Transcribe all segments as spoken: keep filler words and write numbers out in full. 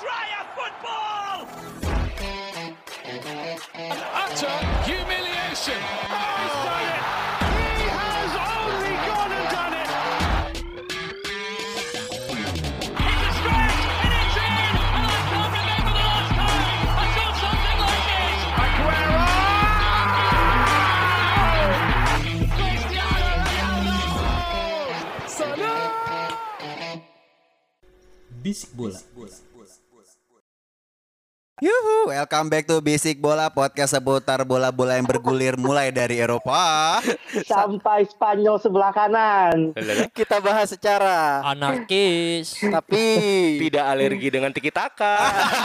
Raya football! Utter humiliation. Oh, he's done it. He has only gone and done it. It's a stretch and it's in! And I can't remember the last time I saw something like this! Aguero! Cristiano Ronaldo! Salah! Bisik bola. Yuhu, welcome back to Bisik Bola, podcast seputar bola-bola yang bergulir mulai dari Eropa sampai Spanyol sebelah kanan. Kita bahas secara Anarkis. tapi Tidak alergi dengan tiki taka.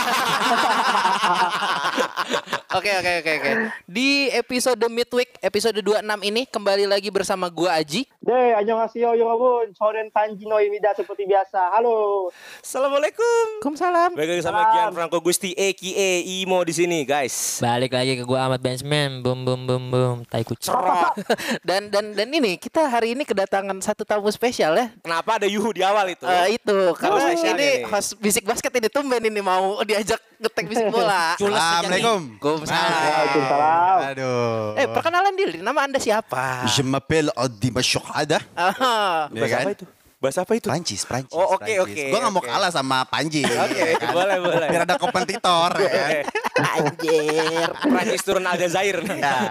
Oke oke oke oke. Di episode midweek episode dua puluh enam ini kembali lagi bersama gua Aji. Deh, annyeonghaseyo yorobun. Soren Tanji no Imida seperti biasa. Halo. Assalamualaikum. Waalaikumsalam. Balik lagi sama Gianfranco Gusti A K A Imo di sini, guys. Balik lagi ke gua Ahmad Benchman. Bum bum bum bum. Tai kucing. Dan dan dan ini kita hari ini kedatangan satu tamu spesial ya. Kenapa ada Yuhu di awal itu? Eh, itu karena spesial ini ini. host Bisik Basket ini tumben ini mau diajak ngetek Bisik Bola. Assalamualaikum. Waalaikumsalam. Waalaikumsalam. Aduh. Eh perkenalan diri, nama anda siapa? Je m'appelle Adi Masyokhada. Ah, Ya Bahasa kan? apa itu? Bahasa apa itu? Prancis, Prancis. Oh, oke, Prancis. oke, Gua gak mau oke. kalah sama Panji. Oke, ya kan? boleh, boleh. Biar ada kompetitor ya kan? anjir. Prancis turun Aljazair nih. Ya.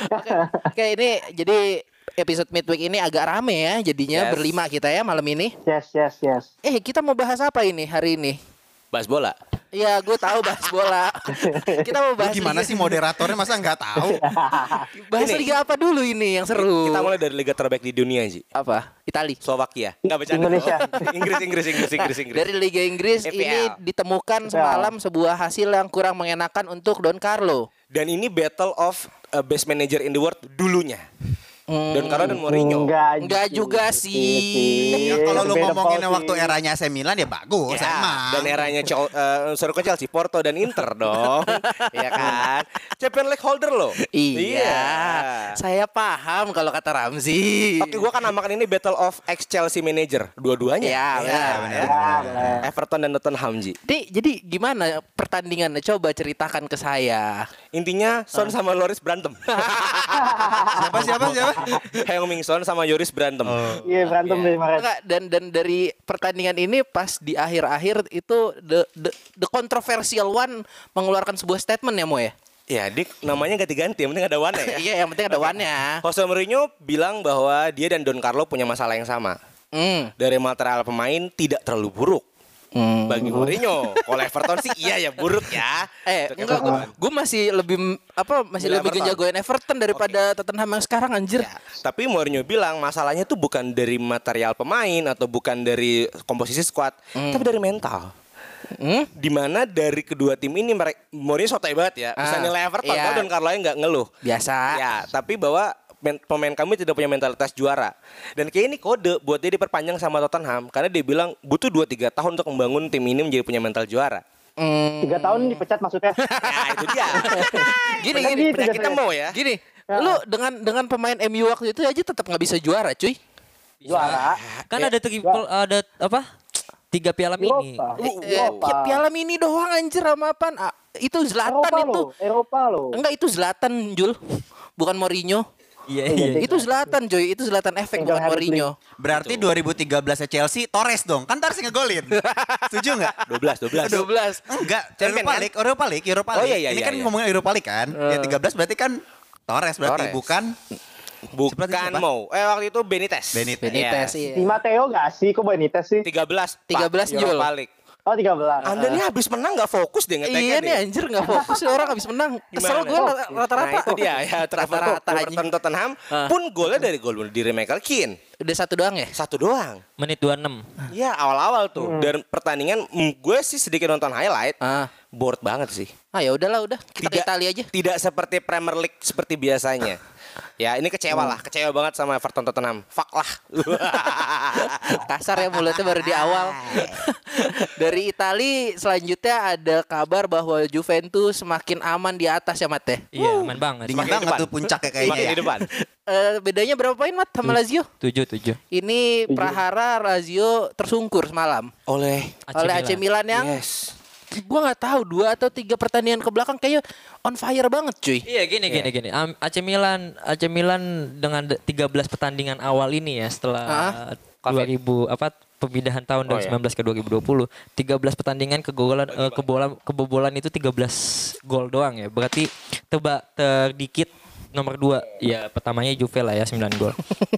Oke ini jadi episode midweek ini agak rame ya jadinya Yes. berlima kita ya malam ini. Yes, yes, yes. Eh kita mau bahas apa ini hari ini? Bahas bola. Ya gue tahu bahas bola. Kita mau Lu bahas gimana liga- sih moderatornya masa nggak tahu? Bahas Ini. liga apa dulu ini yang seru? Kita mulai dari liga terbaik di dunia, Ji. Apa? Itali. Slovakia. Enggak bercanda. Indonesia. Inggris, Inggris, Inggris, Inggris, Inggris. Dari Liga Inggris E P L. ini ditemukan semalam sebuah hasil yang kurang mengenakan untuk Don Carlo. Dan ini battle of uh, best manager in the world dulunya. Hmm. Don Carlo dan Mourinho. Enggak, Enggak gitu. juga sih. Ya, kalau lu Beda ngomonginnya policy. waktu eranya A C Milan ya bagus Ya, emang. dan eranya Chel- uh, sorry kok Chelsea, Porto dan Inter dong. Iya kan? Champions League holder loh. Iya. Saya paham kalau kata Ramzi. Oke, gua kan namakan ini battle of ex Chelsea manager, dua-duanya. Iya, benar. benar. Ya, bener. Everton dan Tottenham, Ji. Jadi, jadi gimana pertandingannya? Coba ceritakan ke saya. Intinya Son sama Loris berantem. Siapa siapa siapa? Heung-min Son sama Yoris berantem. Iya, berantem dari kemarin. Enggak, dan dan dari pertandingan ini pas di akhir-akhir itu the the the controversial one mengeluarkan sebuah statement ya Mo ya. Ya, Dik, namanya ganti-ganti, yang penting ada one ya. Iya, yang penting ada one-nya. Jose Mourinho bilang bahwa dia dan Don Carlo punya masalah yang sama. Hmm. Dari material pemain tidak terlalu buruk. Hmm. Bagi Mourinho, kalau Everton sih iya ya buruk ya. Eh, Untuk enggak, gue, Everton. gue masih lebih apa masih Milih lebih Everton. ngejagoin Everton daripada Tottenham yang sekarang anjir. Ya, tapi Mourinho bilang masalahnya tuh bukan dari material pemain atau bukan dari komposisi squad, tapi dari mental. Hmm? Dimana dari kedua tim ini mereka Mourinho sotoy banget ya. Bisa Ah, nilai Everton, iya. kalau Don Carlo nggak ngeluh. Biasa. Ya, tapi bahwa men- pemain kami tidak punya mentalitas juara. Dan kayak ini kode buat dia diperpanjang sama Tottenham karena dia bilang butuh dua tiga tahun untuk membangun tim ini menjadi punya mental juara. Hmm. Tiga tahun dipecat maksudnya. Ya, itu dia. Gini Penyakit gini gitu Penyakit kita katanya. mau ya. Gini, lu dengan dengan pemain M U waktu itu aja tetap nggak bisa juara, cuy. Juara. Kan ada triple ada apa? Tiga piala mini. Eropa. Eh, Eropa. piala mini doang anjir sama apaan? Ah, itu Zlatan Eropa itu. loh. Eropa loh. Enggak itu Zlatan, Jul. Bukan Mourinho. Iya iya. Itu Zlatan, Joy. Itu Zlatan efek Tinggal bukan Harry Mourinho. Berarti dua ribu tiga belas Chelsea Torres dong. Kan Torres ngegolin. Setuju enggak? dua belas, dua belas. dua belas. Enggak, Champion, Europa kan? League, Europa League, Europa Oh, League. iya, iya, Ini iya, kan iya. ngomongin Europa League kan. Ya tiga belas berarti kan Torres berarti Torres. bukan Bukan Seperti siapa? mau. Eh waktu itu Benitez. Benitez. Benitez Iya. iya. Di Matteo nggak sih? Kok Benitez sih? tiga belas. tiga belas, Pak, Jul. Europa League. Oh, tiga belas. Anda nih habis menang gak fokus deh ngeteknya Iya deh. nih anjir nggak fokus orang habis menang. Kesel Gimana? gue Oh, rata-rata. Nah itu dia ya Rata-rata aja. Everton Tottenham Ah. pun golnya dari gol diri Michael Keane. Udah satu doang ya? Satu doang. Menit dua puluh enam. Ya awal-awal tuh. Dan pertandingan mm, gue sih sedikit nonton highlight. Ah. Bored banget sih. Ah ya udahlah udah kita ke Italia aja. Tidak seperti Premier League seperti biasanya. Ya ini kecewa lah, kecewa banget sama Everton Tottenham. Fuck lah. Kasar ya mulutnya baru di awal. Dari Itali selanjutnya ada kabar bahwa Juventus semakin aman di atas ya Mat ya. Iya, aman banget. dingin Semakin banget depan. tuh puncaknya kayaknya. Semakin ya. di depan. Eh, bedanya berapa poin Mat sama Lazio? Tujuh tujuh. Ini Prahara Lazio tersungkur semalam Oleh oleh A C Milan yang Yes. gua nggak tahu dua atau tiga pertandingan ke belakang kayaknya on fire banget cuy. Iya gini gini gini. Am- A C Milan A C Milan dengan de- tiga belas pertandingan awal ini ya setelah Ah, dua ribu apa pemindahan tahun Oh, dari iya. sembilan belas ke dua ribu dua puluh. tiga belas pertandingan kegolalan eh, kebobolan kebobolan itu tiga belas gol doang ya. Berarti tebak terdikit nomor dua ya pertamanya Juve lah ya sembilan gol.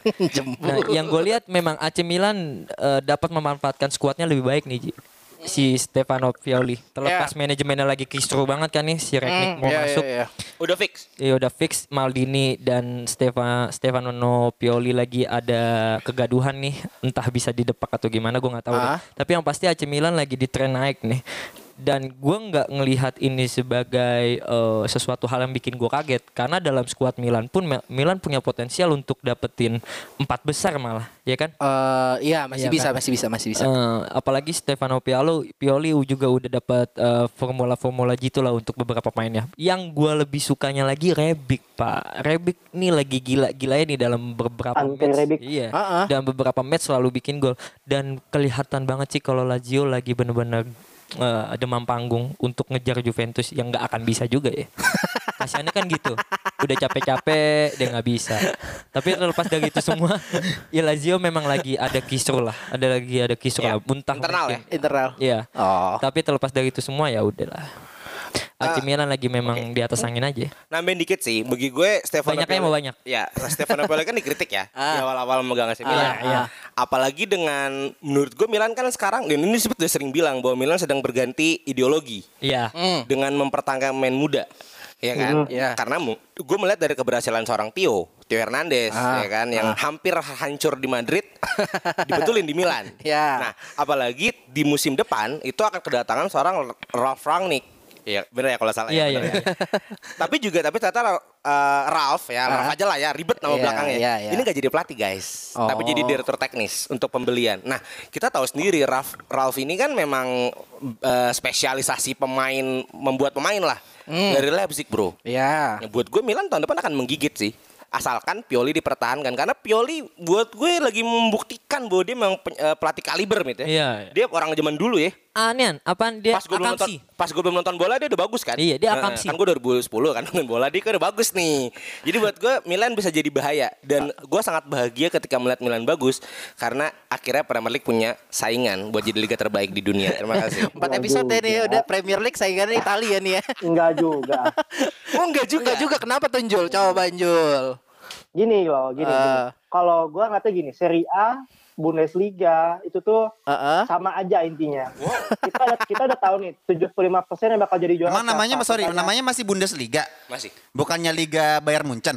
Nah, yang gue lihat memang A C Milan eh, dapat memanfaatkan skuadnya lebih baik nih Ji. Si Stefano Pioli. Terlepas manajemennya lagi kisruh banget kan nih si Rangnick mau iya, masuk. iya, iya. Udah fix. Ya udah fix Maldini dan Stefano Stefano Pioli lagi ada kegaduhan nih, entah bisa didepak atau gimana gue nggak tahu deh. Ah. Tapi yang pasti A C Milan lagi di tren naik nih. Dan gue nggak ngelihat ini sebagai eh, sesuatu hal yang bikin gue kaget karena dalam skuad Milan pun Mil- Milan punya potensial untuk dapetin empat besar malah, ya kan? Eh, iya masih Iya bisa, kan? masih bisa, masih bisa. Eh, apalagi Stefano Pioli, Pioli juga udah dapat eh, formula-formula gitulah untuk beberapa pemainnya. Yang gue lebih sukanya lagi Rebic, Pak. Rebic nih lagi gila-gilanya nih dalam beberapa Anton match. Rebic. Iya. Ah, ah. Dan beberapa match selalu bikin gol dan kelihatan banget sih kalau Lazio lagi bener-bener eh, demam panggung untuk ngejar Juventus yang nggak akan bisa juga ya. Kasiannya kan gitu. Udah capek-capek dia nggak bisa. Tapi terlepas dari itu semua, ya Lazio memang lagi ada kisruh lah. Ada lagi ada kisruh Iya, lah. Muntah internal mungkin. Internal. Iya. Oh. Tapi terlepas dari itu semua ya udahlah. A C Milan lagi memang di atas angin aja. Nambahin dikit sih, bagi gue Stefano Banyaknya Pioli- mau banyak. Ya, Stefano Pioli kan dikritik ya di awal-awal megang A C Milan. Iya, iya. Apalagi dengan menurut gue Milan kan sekarang dan ini seperti sering bilang bahwa Milan sedang berganti ideologi Iya. Hmm. dengan mempertahankan pemain muda. Ya kan? Iya. Karena mu- gue melihat dari keberhasilan seorang Theo, Theo Hernandez Ah, ya kan yang hampir hancur di Madrid dibetulin di Milan. Ya. Nah, apalagi di musim depan itu akan kedatangan seorang Ralf Rangnick. Iya, benar ya kalau salah Iya, ya. iya, benar iya. ya. Tapi juga tapi ternyata uh, Ralf ya, Ralf aja lah ya, ribet nama Iya, belakangnya. iya, iya. Ini gak jadi pelatih guys, Oh. tapi jadi direktur teknis untuk pembelian. Nah, kita tahu sendiri Ralf Ralf ini kan memang uh, spesialisasi pemain, membuat pemain lah dari Leipzig bro. Ya. Ya, buat gue Milan tahun depan akan menggigit sih. Asalkan Pioli dipertahankan karena Pioli buat gue lagi membuktikan bahwa dia memang pen- eh, pelatih kaliber gitu ya. Iya. Dia orang zaman dulu ya. Aneh, apaan dia Pas gue belum nonton, akamsi? pas gue belum nonton bola dia udah bagus kan? Iya, dia Nah, akamsi. kan gue dua ribu sepuluh kan nonton bola dia kan udah bagus nih. Jadi buat gue Milan bisa jadi bahaya dan gue sangat bahagia ketika melihat Milan bagus karena akhirnya Premier League punya saingan buat jadi liga terbaik di dunia. Terima kasih. Empat episode Enggak nih juga. udah Premier League saingannya Italia nih ya. Enggak juga. Oh enggak juga. Enggak juga, kenapa tuh Jul? Coba Jul. Gini loh, gini. Eh. gini. Kalau gua ngata gini, Serie A, Bundesliga itu tuh Heeh. sama aja intinya. kita udah, kita udah tahu nih tujuh puluh lima persen yang bakal jadi juara. Emang namanya siapa? sorry, Makanya- namanya masih Bundesliga. Masih. Bukannya Liga Bayern Munchen.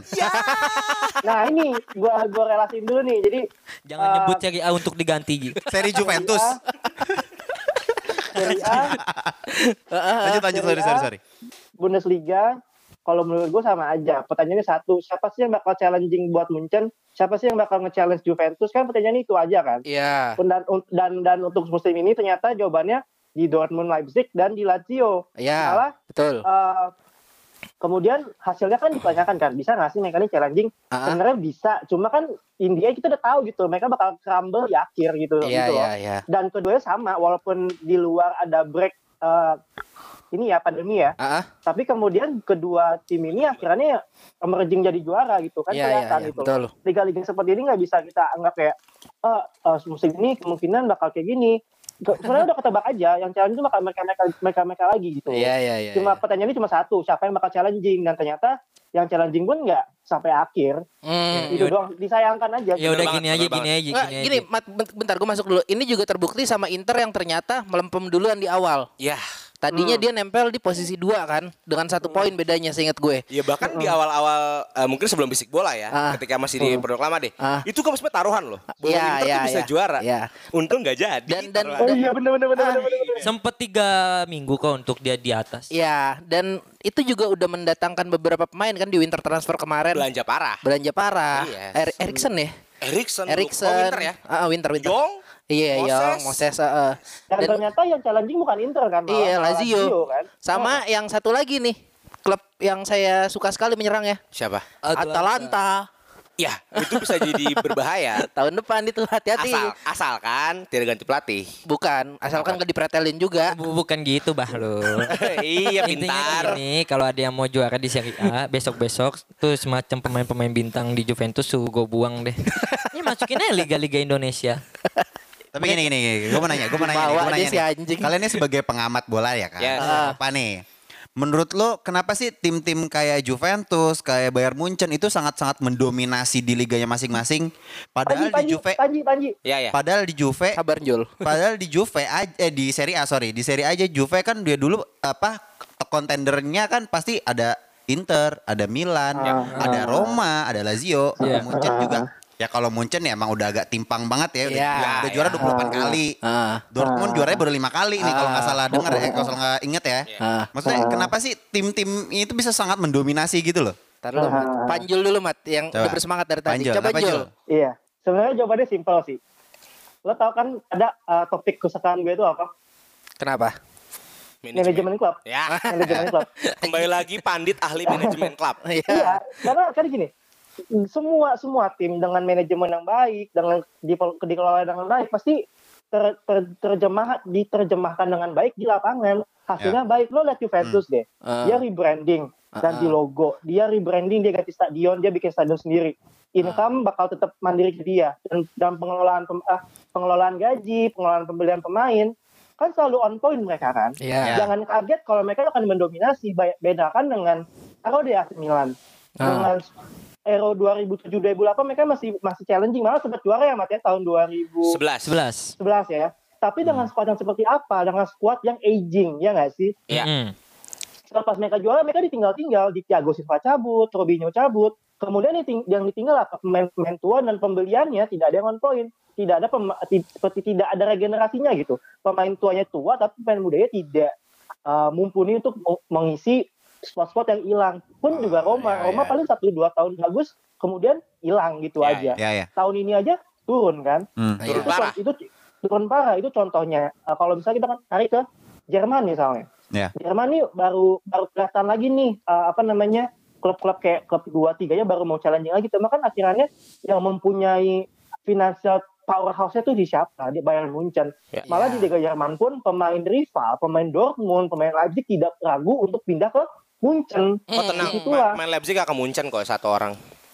Nah, ini gua gua relasiin dulu nih. Jadi Jangan eh, nyebut Serie A untuk diganti Ji. Seri Juventus. Serie A, Lanjut lanjut sorry sorry sorry. Bundesliga, kalau menurut gue sama aja. Pertanyaannya satu, siapa sih yang bakal challenging buat Munchen? Siapa sih yang bakal nge-challenge Juventus? Kan pertanyaannya itu aja kan. Iya. Dan, dan dan untuk musim ini ternyata jawabannya di Dortmund, Leipzig dan di Lazio. Iya. Malah Betul. eh, kemudian hasilnya kan ditanyakan kan, bisa nggak sih mereka ini challenging? Ah. Sebenarnya bisa, cuma kan India kita udah tahu gitu, mereka bakal crumble di akhir gitu. Iya, gitu loh. iya, iya. Dan keduanya sama, walaupun di luar ada break eh, ini ya pandemi ya. Ah, ah. Tapi kemudian kedua tim ini akhirnya emerging jadi juara gitu kan, Iya, iya, kelihatan iya, gitu. betul. Liga-liga seperti ini nggak bisa kita anggap kayak oh, eh, musim ini kemungkinan bakal kayak gini. Ke- Sebenarnya udah ketebak aja, yang challenge itu bakal mereka mereka mereka mereka lagi gitu. Iya, iya, iya. Cuma iya. pertanyaannya cuma satu, siapa yang bakal challenging, dan ternyata yang challenging pun nggak sampai akhir. Hmm. Itu doang, disayangkan aja. Ya udah banget, gini aja, bener gini aja, Nggak, gini gini, aja. Mat, bent- bentar gue masuk dulu. Ini juga terbukti sama Inter yang ternyata melempem duluan di awal. Ya. Tadinya dia nempel di posisi dua kan, dengan satu poin bedanya seingat gue. Ya bahkan di awal-awal eh, mungkin sebelum bisik bola ya, Ah. ketika masih di Pondok Lama deh. Ah. Itu kan sempat taruhan loh. Bahwa Iya, Inter iya, tuh bisa iya. juara. Iya. Untung nggak jadi. Dan- dan- taruhan. Oh iya bener bener bener bener. bener. Sempet tiga minggu kok untuk dia di atas. Iya, dan itu juga udah mendatangkan beberapa pemain kan di winter transfer kemarin. belanja parah. Belanja parah. Iya. Er- Erikson ya? Erikson, Erikson. oh winter ya. Ah, ah, winter, winter. Jong, Iya, Moses. Yong, Moses. ah, ah. Dan, Dan- ternyata yang challenging bukan Inter kan, malah Iya, Lazio. kan. Sama yang satu lagi nih, klub yang saya suka sekali menyerang ya. siapa? Atalanta. Ya, itu bisa jadi berbahaya. Tahun depan itu hati-hati. Asal, asalkan tidak ganti pelatih. Bukan, asalkan gak dipretelin juga. Bu- Bukan gitu bah lo. Iya, Intinya pintar. gini, kalau ada yang mau juara di Serie A besok-besok tuh semacam pemain-pemain bintang di Juventus tuh gue buang deh. Ini masukin aja liga-liga Indonesia. Tapi gini gini, gini. gue mau nanya, gue mau nanya, nih, Dibawa gue mau aja nanya si nih. anjing. Kalian ini sebagai pengamat bola ya kan? Yes. Apa nih? Menurut lo kenapa sih tim-tim kayak Juventus, kayak Bayern Munchen itu sangat-sangat mendominasi di liganya masing-masing? Padahal Panji, di Juve, Panji, Panji. Ya, ya. padahal di Juve, Sabar Jul. padahal di Juve aja, eh di Serie A sorry, di Serie A aja Juve kan dia dulu apa kontendernya kan pasti ada Inter, ada Milan, ada Roma, ada Lazio, Iya. Munchen juga. Ya kalau Munchen ya emang udah agak timpang banget ya. Udah, Iya, udah juara dua puluh delapan kali. Ah. Dortmund juaranya baru lima kali nih kalau nggak salah dengar ya, kalau salah nggak inget ya. Ah. Maksudnya kenapa sih tim-tim itu bisa sangat mendominasi gitu loh? Ntar lu, Mat. Panjul dulu, Mat, yang Coba. udah bersemangat dari tadi. Panjul, Coba apa, Jul. Jul? Iya, sebenarnya jawabannya simpel sih. Lo tau kan ada uh, topik kesukaan gue itu apa? Kenapa? Manajemen klub. Ya. Manajemen klub. Kembali lagi pandit ahli manajemen klub. Iya. Iya, karena kan gini, semua semua tim dengan manajemen yang baik, dengan di- dikelola dengan baik, pasti ter, ter- terjemah diterjemahkan dengan baik di lapangan. Hasilnya baik. Lo lihat Juventus deh, Ah. dia rebranding, ganti logo, dia rebranding, dia ganti stadion, dia bikin stadion sendiri. Income bakal tetap mandiri ke dia, dan, dan pengelolaan pem- ah, pengelolaan gaji, pengelolaan pembelian pemain kan selalu on point mereka kan. Iya. Jangan kaget kalau mereka akan mendominasi. Ba- Bedakan dengan taruh di A C Milan. Ah. Dengan Euro dua ribu tujuh dua ribu delapan mereka masih masih challenging, malah sempat juara ya Mat ya tahun dua ribu Sebelas. sebelas. sebelas ya. Tapi dengan skuad yang seperti apa? Dengan skuad yang aging, ya nggak sih? Iya. Mm. Setelah pas mereka juara, mereka ditinggal-tinggal. Di Thiago Silva cabut, Robinho cabut. Kemudian diting- yang ditinggal apa? Pemain-pemain tua dan pembeliannya tidak ada yang on point. Tidak ada pem- ti- seperti tidak ada regenerasinya gitu. Pemain tuanya tua, tapi pemain mudanya tidak uh, mumpuni untuk meng- mengisi spot-spot yang hilang. Pun juga Roma, ya, Roma ya. paling satu dua tahun bagus, kemudian hilang gitu Ya, aja. Ya ya. Tahun ini aja turun kan? Hmm. Turun itu, parah. itu turun parah. Itu contohnya. Uh, kalau misalnya kita kan tarik ke Jerman misalnya. Ya. Jerman nih baru baru kelihatan lagi nih uh, apa namanya klub-klub kayak klub dua tiganya baru mau challenging lagi. Cuma kan akhirnya yang mempunyai financial powerhouse-nya tuh di siapa? Di Bayern Munchen. Ya. Malah di Liga Jerman pun pemain rival, pemain Dortmund, pemain Leipzig tidak ragu untuk pindah ke Munchen. Oh tenang, Disitulah. Ma- main Leipzig akan Munchen kok satu orang.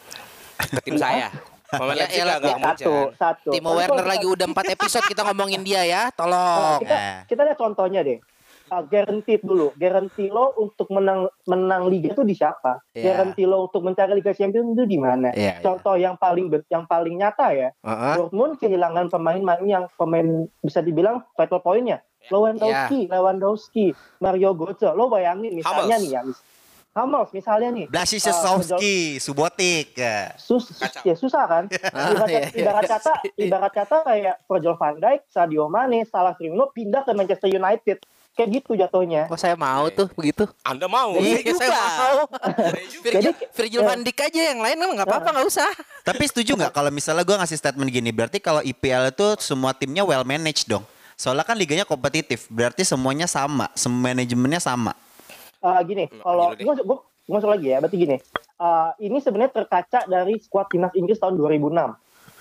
Ke tim saya. Pemain Ya, Leipzig elah, agak Ya, Munchen. satu, satu. Timo Tapi Werner kalau lagi kita- udah empat episode kita ngomongin dia ya. Nah, Tolong. kita, Ya. kita lihat contohnya deh. Uh, guaranteed dulu. Guarantee lo untuk menang menang liga itu di siapa? Iya. Guarantee lo untuk mencari Liga Champions itu di mana? Iya, Contoh yang paling ber- yang paling nyata ya. Heeh. Dortmund kehilangan pemain-pemain yang pemain bisa dibilang vital point-nya. Lewandowski, Lewandowski, Mario Götze. Lo bayangin misalnya Hummels. nih ya. mis- Hummels misalnya nih. Blasisewski, Subotic. Ya. Sus, ya susah kan? Ah, Ibarat, iya, iya. ibarat kata, ibarat kata kayak Virgil van Dijk, Sadio Mane, Salah Firmino pindah ke Manchester United. Kayak gitu jatuhnya. Oh saya mau tuh begitu. Anda mau? Iya, saya mau. Virgil, Jadi- Virgil van Dijk aja, yang lain kan nggak apa-apa, nggak usah. Tapi setuju nggak kalau misalnya gue ngasih statement gini, berarti kalau I P L itu semua timnya well managed dong. Soalnya kan liganya kompetitif, berarti semuanya sama, semua manajemennya sama. Uh, gini, kalau gila gue gue masuk lagi ya, berarti gini. Uh, ini sebenarnya terkaca dari skuad timnas Inggris tahun dua ribu enam.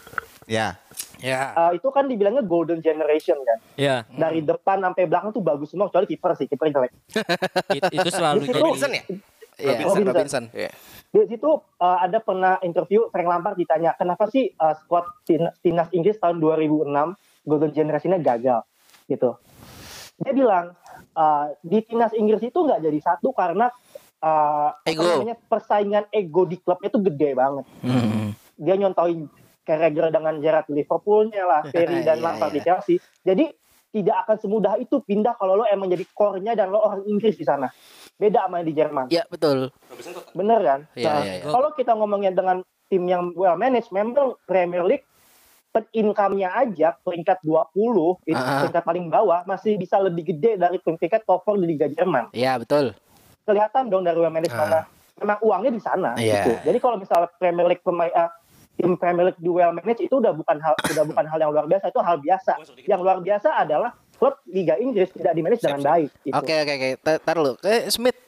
Ya. Ya. Uh, itu kan dibilangnya golden generation kan. Ya, Dari depan sampai belakang tuh bagus semua, kecuali kiper sih, kiper jelek. it- itu selalu Di situ- jadi. Robinson ya? Iya, Robinson. Robinson. Iya. Di situ uh, ada pernah interview Frank Lampard ditanya, kenapa sih uh, skuad tin- timnas Inggris tahun dua ribu enam golden generation-nya gagal gitu. Dia bilang uh, di timnas Inggris itu nggak jadi satu karena uh, apa Ego. namanya, persaingan ego di klubnya tuh gede banget. Hmm. Dia nyontohin Carragher dengan Gerrard di Liverpoolnya lah, Ferry dan Iya, Lampard iya. di Chelsea. Jadi tidak akan semudah itu pindah kalau lo emang jadi core-nya dan lo orang Inggris di sana. Beda sama yang di Jerman. Ya betul. Bener kan? Iya, Nah, iya, iya. kalau kita ngomongnya dengan tim yang well managed, memang Premier League per income-nya aja peringkat dua puluh, itu Ah. peringkat paling bawah, masih bisa lebih gede dari peringkat top empat di Liga Jerman. Iya betul. Kelihatan dong dari well managed Ah. mana. Memang uangnya di sana. Iya. Gitu. Jadi kalau misalnya Premier League pemain ah, tim Premier League di well managed itu udah bukan hal udah bukan hal yang luar biasa, itu hal biasa. Yang luar biasa adalah klub Liga Inggris tidak di manage dengan baik. Gitu. Oke oke oke. Tar- Tar lu. Eh Smith,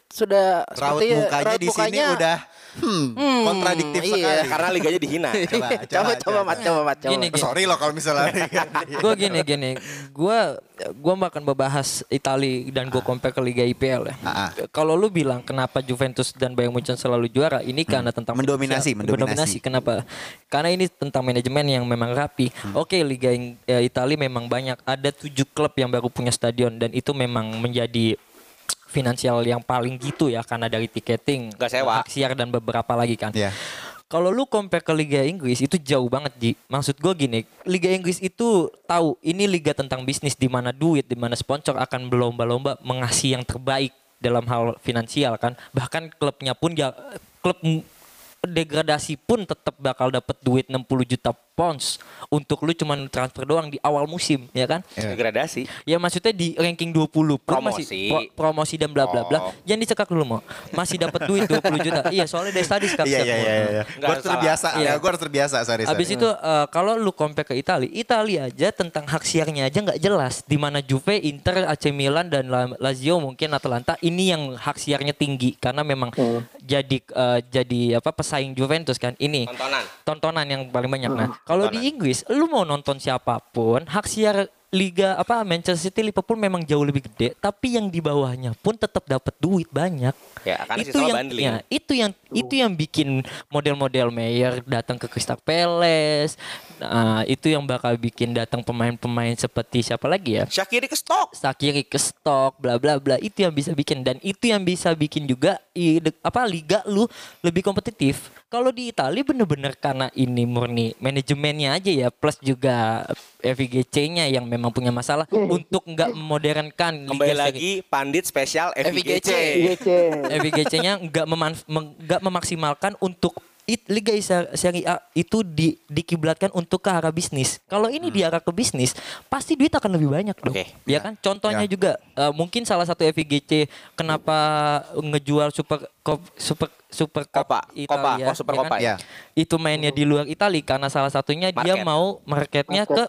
sudah Raut seperti mukanya raut di sini mukanya- udah hmm, kontradiktif iya, sekali. Karena liganya dihina. coba, coba coba Mat, coba Mat, coba. Gini, gini. Sorry loh kalau misalnya Gue gini gini, gue gue akan membahas Itali dan gue compare ke Liga I P L ya. Ah, ah. Kalau lu bilang kenapa Juventus dan Bayern Munchen selalu juara, ini karena tentang Mendominasi, finansial. mendominasi. Kenapa? Karena ini tentang manajemen yang memang rapi. Oke, Liga Ing- eh, Itali memang banyak. Ada tujuh klub yang baru punya stadion dan itu memang menjadi finansial yang paling gitu ya, karena dari tiketing, Nggak sewa. hak siar dan beberapa lagi kan. Iya. Kalau lu compare ke Liga Inggris itu jauh banget, Ji. Maksud gue gini, Liga Inggris itu tahu ini liga tentang bisnis, di mana duit, di mana sponsor akan berlomba-lomba mengasih yang terbaik dalam hal finansial kan. Bahkan klubnya pun ya klub m- degradasi pun tetap bakal dapat duit enam puluh juta pounds untuk lu cuman transfer doang di awal musim, ya kan? Degradasi. Ya maksudnya di ranking dua puluh pun Promosi. masih pro- promosi dan bla bla bla. Oh. Jangan dicekak dulu mau. Masih dapat duit dua puluh juta. Iya, soalnya dari tadi Iya iya iya iya. Nggak Gue harus salah. terbiasa. Iya. Ya, gue harus terbiasa. Sorry. Habis sorry. itu eh, kalau lu compare ke Italia, Italia aja tentang hak siarnya aja nggak jelas. Di mana Juve, Inter, A C Milan dan La- Lazio mungkin Atalanta ini yang hak siarnya tinggi karena memang jadi eh, jadi apa pesaing Juventus kan. Ini Tontonan. tontonan yang paling banyak. Nah, kalau di Tontonan. Inggris lu mau nonton siapapun, hak siar Liga apa Manchester City, Liverpool memang jauh lebih gede, tapi yang di bawahnya pun tetap dapat duit banyak. Ya, karena itu sistemnya yang bundling. ya, itu yang itu yang bikin model-model Mayer datang ke Crystal Palace. Nah, itu yang bakal bikin datang pemain-pemain seperti siapa lagi ya? Shaqiri ke stok. Sakiri ke stok bla bla bla, itu yang bisa bikin, dan itu yang bisa bikin juga i, de- apa liga lu lebih kompetitif. Kalau di Italia bener-bener karena ini murni manajemennya aja ya, plus juga F I G C-nya yang memang punya masalah untuk nggak memodernkan Kembali Liga Serie- lagi pandit spesial F I G C. F I G C. I G C. F I G C-nya nggak memanf- meng- nggak memaksimalkan untuk it, Liga Isa- Serie A itu di, dikiblatkan untuk ke arah bisnis. Kalau ini di arah ke bisnis, pasti duit akan lebih banyak dong. Oke. Ya kan? Contohnya Ya. juga eh, mungkin salah satu F I G C kenapa ngejual Super Cup Super Super Cup Copa, Italia, Copa, oh, Super ya Copa, kan? ya. Itu mainnya di luar Italia karena salah satunya dia Market. mau marketnya ke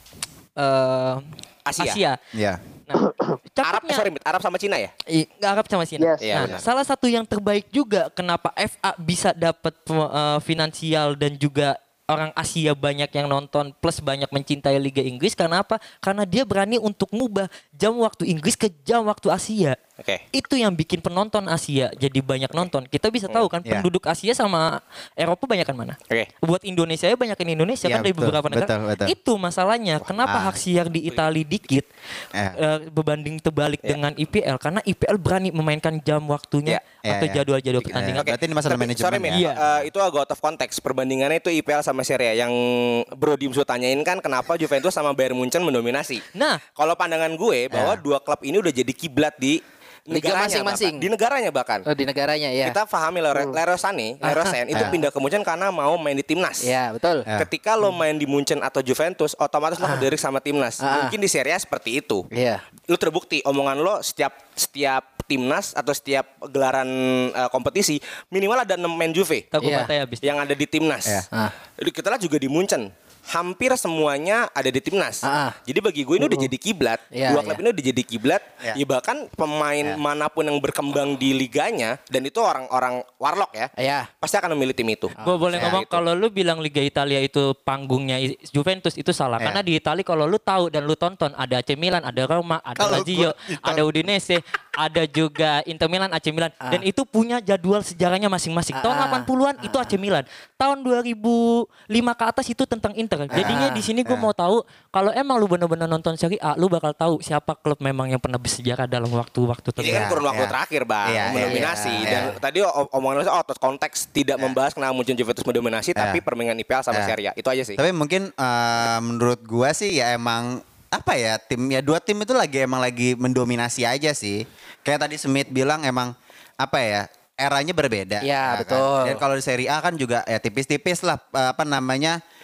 eh, Asia. Asia. Iya. Nah, Arab, cakepnya- sorry, Arab sama Cina ya? I, Arab sama Cina. Yes. Iya, Nah, benar. salah satu yang terbaik juga kenapa F A bisa dapat eh, finansial dan juga orang Asia banyak yang nonton plus banyak mencintai Liga Inggris karena apa? Karena dia berani untuk ngubah jam waktu Inggris ke jam waktu Asia. Oke. Itu yang bikin penonton Asia jadi banyak nonton. Kita bisa tahu kan Iya. penduduk Asia sama Eropa banyakan mana? Oke. Buat Indonesia ya banyakin Indonesia Iya, kan dari betul, beberapa negara. betul, betul. Itu masalahnya. Kenapa Ah. hak siar di Italia dikit Eh. eh, berbanding terbalik dengan I P L? Karena I P L berani memainkan jam waktunya Iya, atau iya, iya. jadwal-jadwal Oke. pertandingan. Oke. Berarti ini masalah Tapi, manajemen sorry, Min, ya? Iya. eh, itu agak out of konteks. Perbandingannya itu I P L sama Serie A. Yang Bro Dimsu tanyain kan kenapa Juventus sama Bayern Munchen mendominasi. Nah, Kalau pandangan gue bahwa Ya. dua klub ini udah jadi kiblat di Liga negaranya masing-masing. bahkan. Di negaranya bahkan. Oh, di negaranya ya. Kita pahami Leroy, Leroy Sané, Leroy Sané itu Ya. pindah ke Munchen karena mau main di timnas. Ya, betul. Ya. Ketika lo main di Munchen atau Juventus, otomatis lo lirik sama timnas. Ah. Mungkin di Serie A seperti itu. Iya. Lu terbukti omongan lo setiap setiap timnas atau setiap gelaran eh, kompetisi minimal ada enam main Juve tak gue Iya. matai habis. yang ada di timnas. Ya. Ah. Jadi kita lihat juga di Munchen. Hampir semuanya ada di timnas. Ah, ah. Jadi bagi gue ini udah jadi kiblat. Iya, Dua klub iya. ini udah jadi kiblat. Iya. Ya bahkan pemain Iya. manapun yang berkembang di liganya dan itu orang-orang warlock ya, Iya. pasti akan memilih tim itu. Gue boleh Ya, ngomong itu. kalau lu bilang Liga Italia itu panggungnya I- Juventus itu salah. Ya. Karena di Italia kalau lu tahu dan lu tonton ada A C Milan, ada Roma, ada Kalau Lazio, gua nonton- ada Udinese, ada juga Inter Milan, A C Milan, dan itu punya jadwal sejarahnya masing-masing. Tahun Ah. delapan puluhan itu A C Milan. Tahun dua ribu lima ke atas itu tentang Inter. Jadinya di sini gue Ah. mau tahu kalau emang lu bener-bener nonton Serie A, lu bakal tahu siapa klub memang yang pernah bersejarah dalam waktu-waktu Ini kan tertentu. Iya, kurun waktu iya. terakhir, Bang, Iya, iya, mendominasi. iya, Dan iya. tadi o- omongan lo out of konteks tidak membahas kenapa Munchen Juventus mendominasi, tapi permainan I P L sama Iya. Serie A. Itu aja sih. Tapi mungkin eh, menurut gua sih ya emang apa ya tim ya dua tim itu lagi emang lagi mendominasi aja sih. Kayak tadi Smith bilang emang apa ya eranya berbeda. Iya, ya kan? betul. Dan kalau di Serie A kan juga ya tipis-tipis lah eh, apa namanya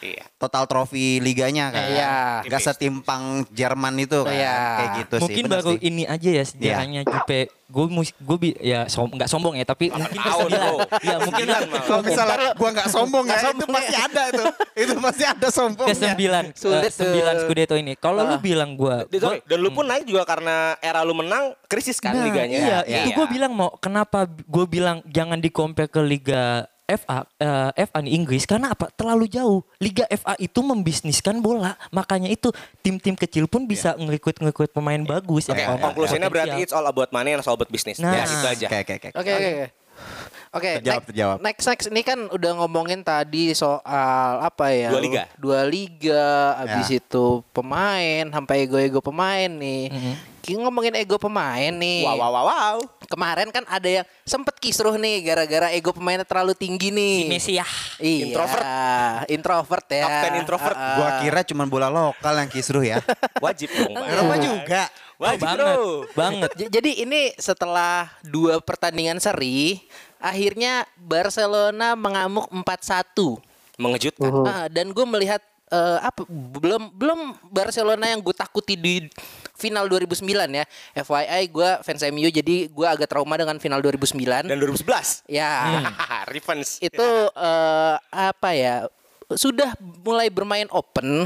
Iya. total trofi liganya kan. Iya. Gak setimpang Jerman itu kan. Iya. Kayak gitu sih. Mungkin bener baru sih. Iya. ini aja ya sejarahnya Juve. Gue gue bi ya som, nggak sombong ya tapi mungkin ke tahun, sembilan. bro. Ya mungkin Sembilan malah. Kalau misalnya gua nggak sombong ya, Nggak itu sombong pasti ada itu. Itu pasti ada ke sombongnya. sembilan Sulit eh, sembilan tuh. Scudetto ini. Kalau lu bilang gue Dan, sorry, dan lu pun naik juga karena era lu menang krisis kan Nah, liganya. Iya, Iya. itu gue bilang mau kenapa gue bilang jangan di-compare ke Liga F A eh, F A di Inggris karena apa? Terlalu jauh. Liga F A itu membisniskan bola. Makanya itu tim-tim kecil pun bisa ngerekrut-ngerekrut pemain bagus Oke, yang konklusinya berarti potensial. it's all about money and it's all about business. Nah. Ya, itu aja. Oke oke oke. Oke oke oke. Oke, Terjawab, next, terjawab. next next ini kan udah ngomongin tadi soal apa ya? Dua liga. Dua liga, habis Ya. itu pemain sampai ego-ego pemain nih. Kita ngomongin ego pemain nih. Wow, wow, wow, wow. Kemarin kan ada yang sempet kisruh nih gara-gara ego pemainnya terlalu tinggi nih. Si Messi ya. Iya, Introvert. introvert ya. Kapten introvert. Ah, ah. Gua kira cuma bola lokal yang kisruh ya. Wajib dong, Bang. Eropa juga. Wajib, banget, bro. banget. J- Jadi ini setelah dua pertandingan seri, akhirnya Barcelona mengamuk empat satu. Mengejutkan. Ah, dan gue melihat eh, apa belum belum Barcelona yang gue takuti di final dua ribu sembilan ya. F Y I gue fans M U jadi gue agak trauma dengan final dua ribu sembilan. Dan dua ribu sebelas. Ya. Revenge. Itu eh, apa ya? Sudah mulai bermain open.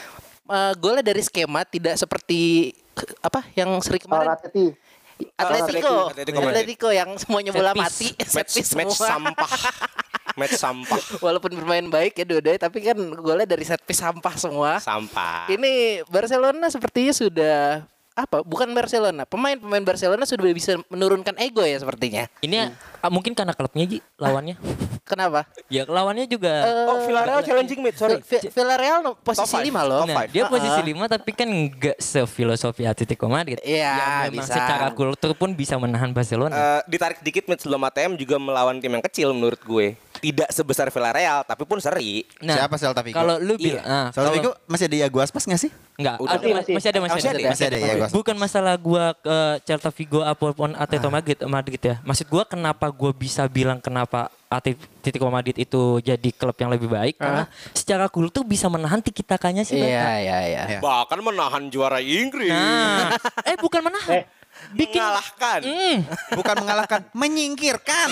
Eh, golnya dari skema tidak seperti apa yang seri kemarin. Atleti. Atletico, Atletico Atletico, Madrid. yang semuanya Set bola piece. mati, set Match, piece match semua. sampah. Match sampah. Walaupun bermain baik ya dua-duanya, tapi kan golnya dari set piece sampah semua. Sampah. Ini Barcelona sepertinya sudah apa? Bukan Barcelona, pemain-pemain Barcelona sudah bisa menurunkan ego ya sepertinya. Ini ah, mungkin karena klubnya Ji, lawannya. Kenapa? Ya lawannya juga. Eh, Oh, Villarreal challenging mate, sorry. Vi- Villarreal no- Top posisi five. lima loh. Top Nah, five. dia posisi Ah. lima tapi kan enggak sefilosofi Atletico Madrid. Iya, Yang memang bisa. secara kultur pun bisa menahan Barcelona. Eh, ditarik sedikit match sebelum A T M juga melawan tim yang kecil menurut gue. Tidak sebesar Villarreal tapi pun seri. Siapa Celta Vigo? Kalau lu bilang, Iya. ah, Celta kalau- Vigo masih ada Iago Aspas nggak sih? Enggak, Udah. ada, masih, Masih. masih ada, masih, Masih ada. ada. Masih ada ya, Gus. Bukan masalah gua ke Celta Vigo apapun Atletico Madrid, Madrid ya. Maksud gua kenapa gua bisa bilang kenapa Atletico Madrid itu jadi klub yang lebih baik karena secara kultur bisa menahan tiki-takanya sih Iya, mereka. iya, iya. Iya. Bahkan menahan juara Inggris. Nah, eh bukan menahan. Eh, Bikin Mengalahkan. Hmm, Bukan mengalahkan, menyingkirkan.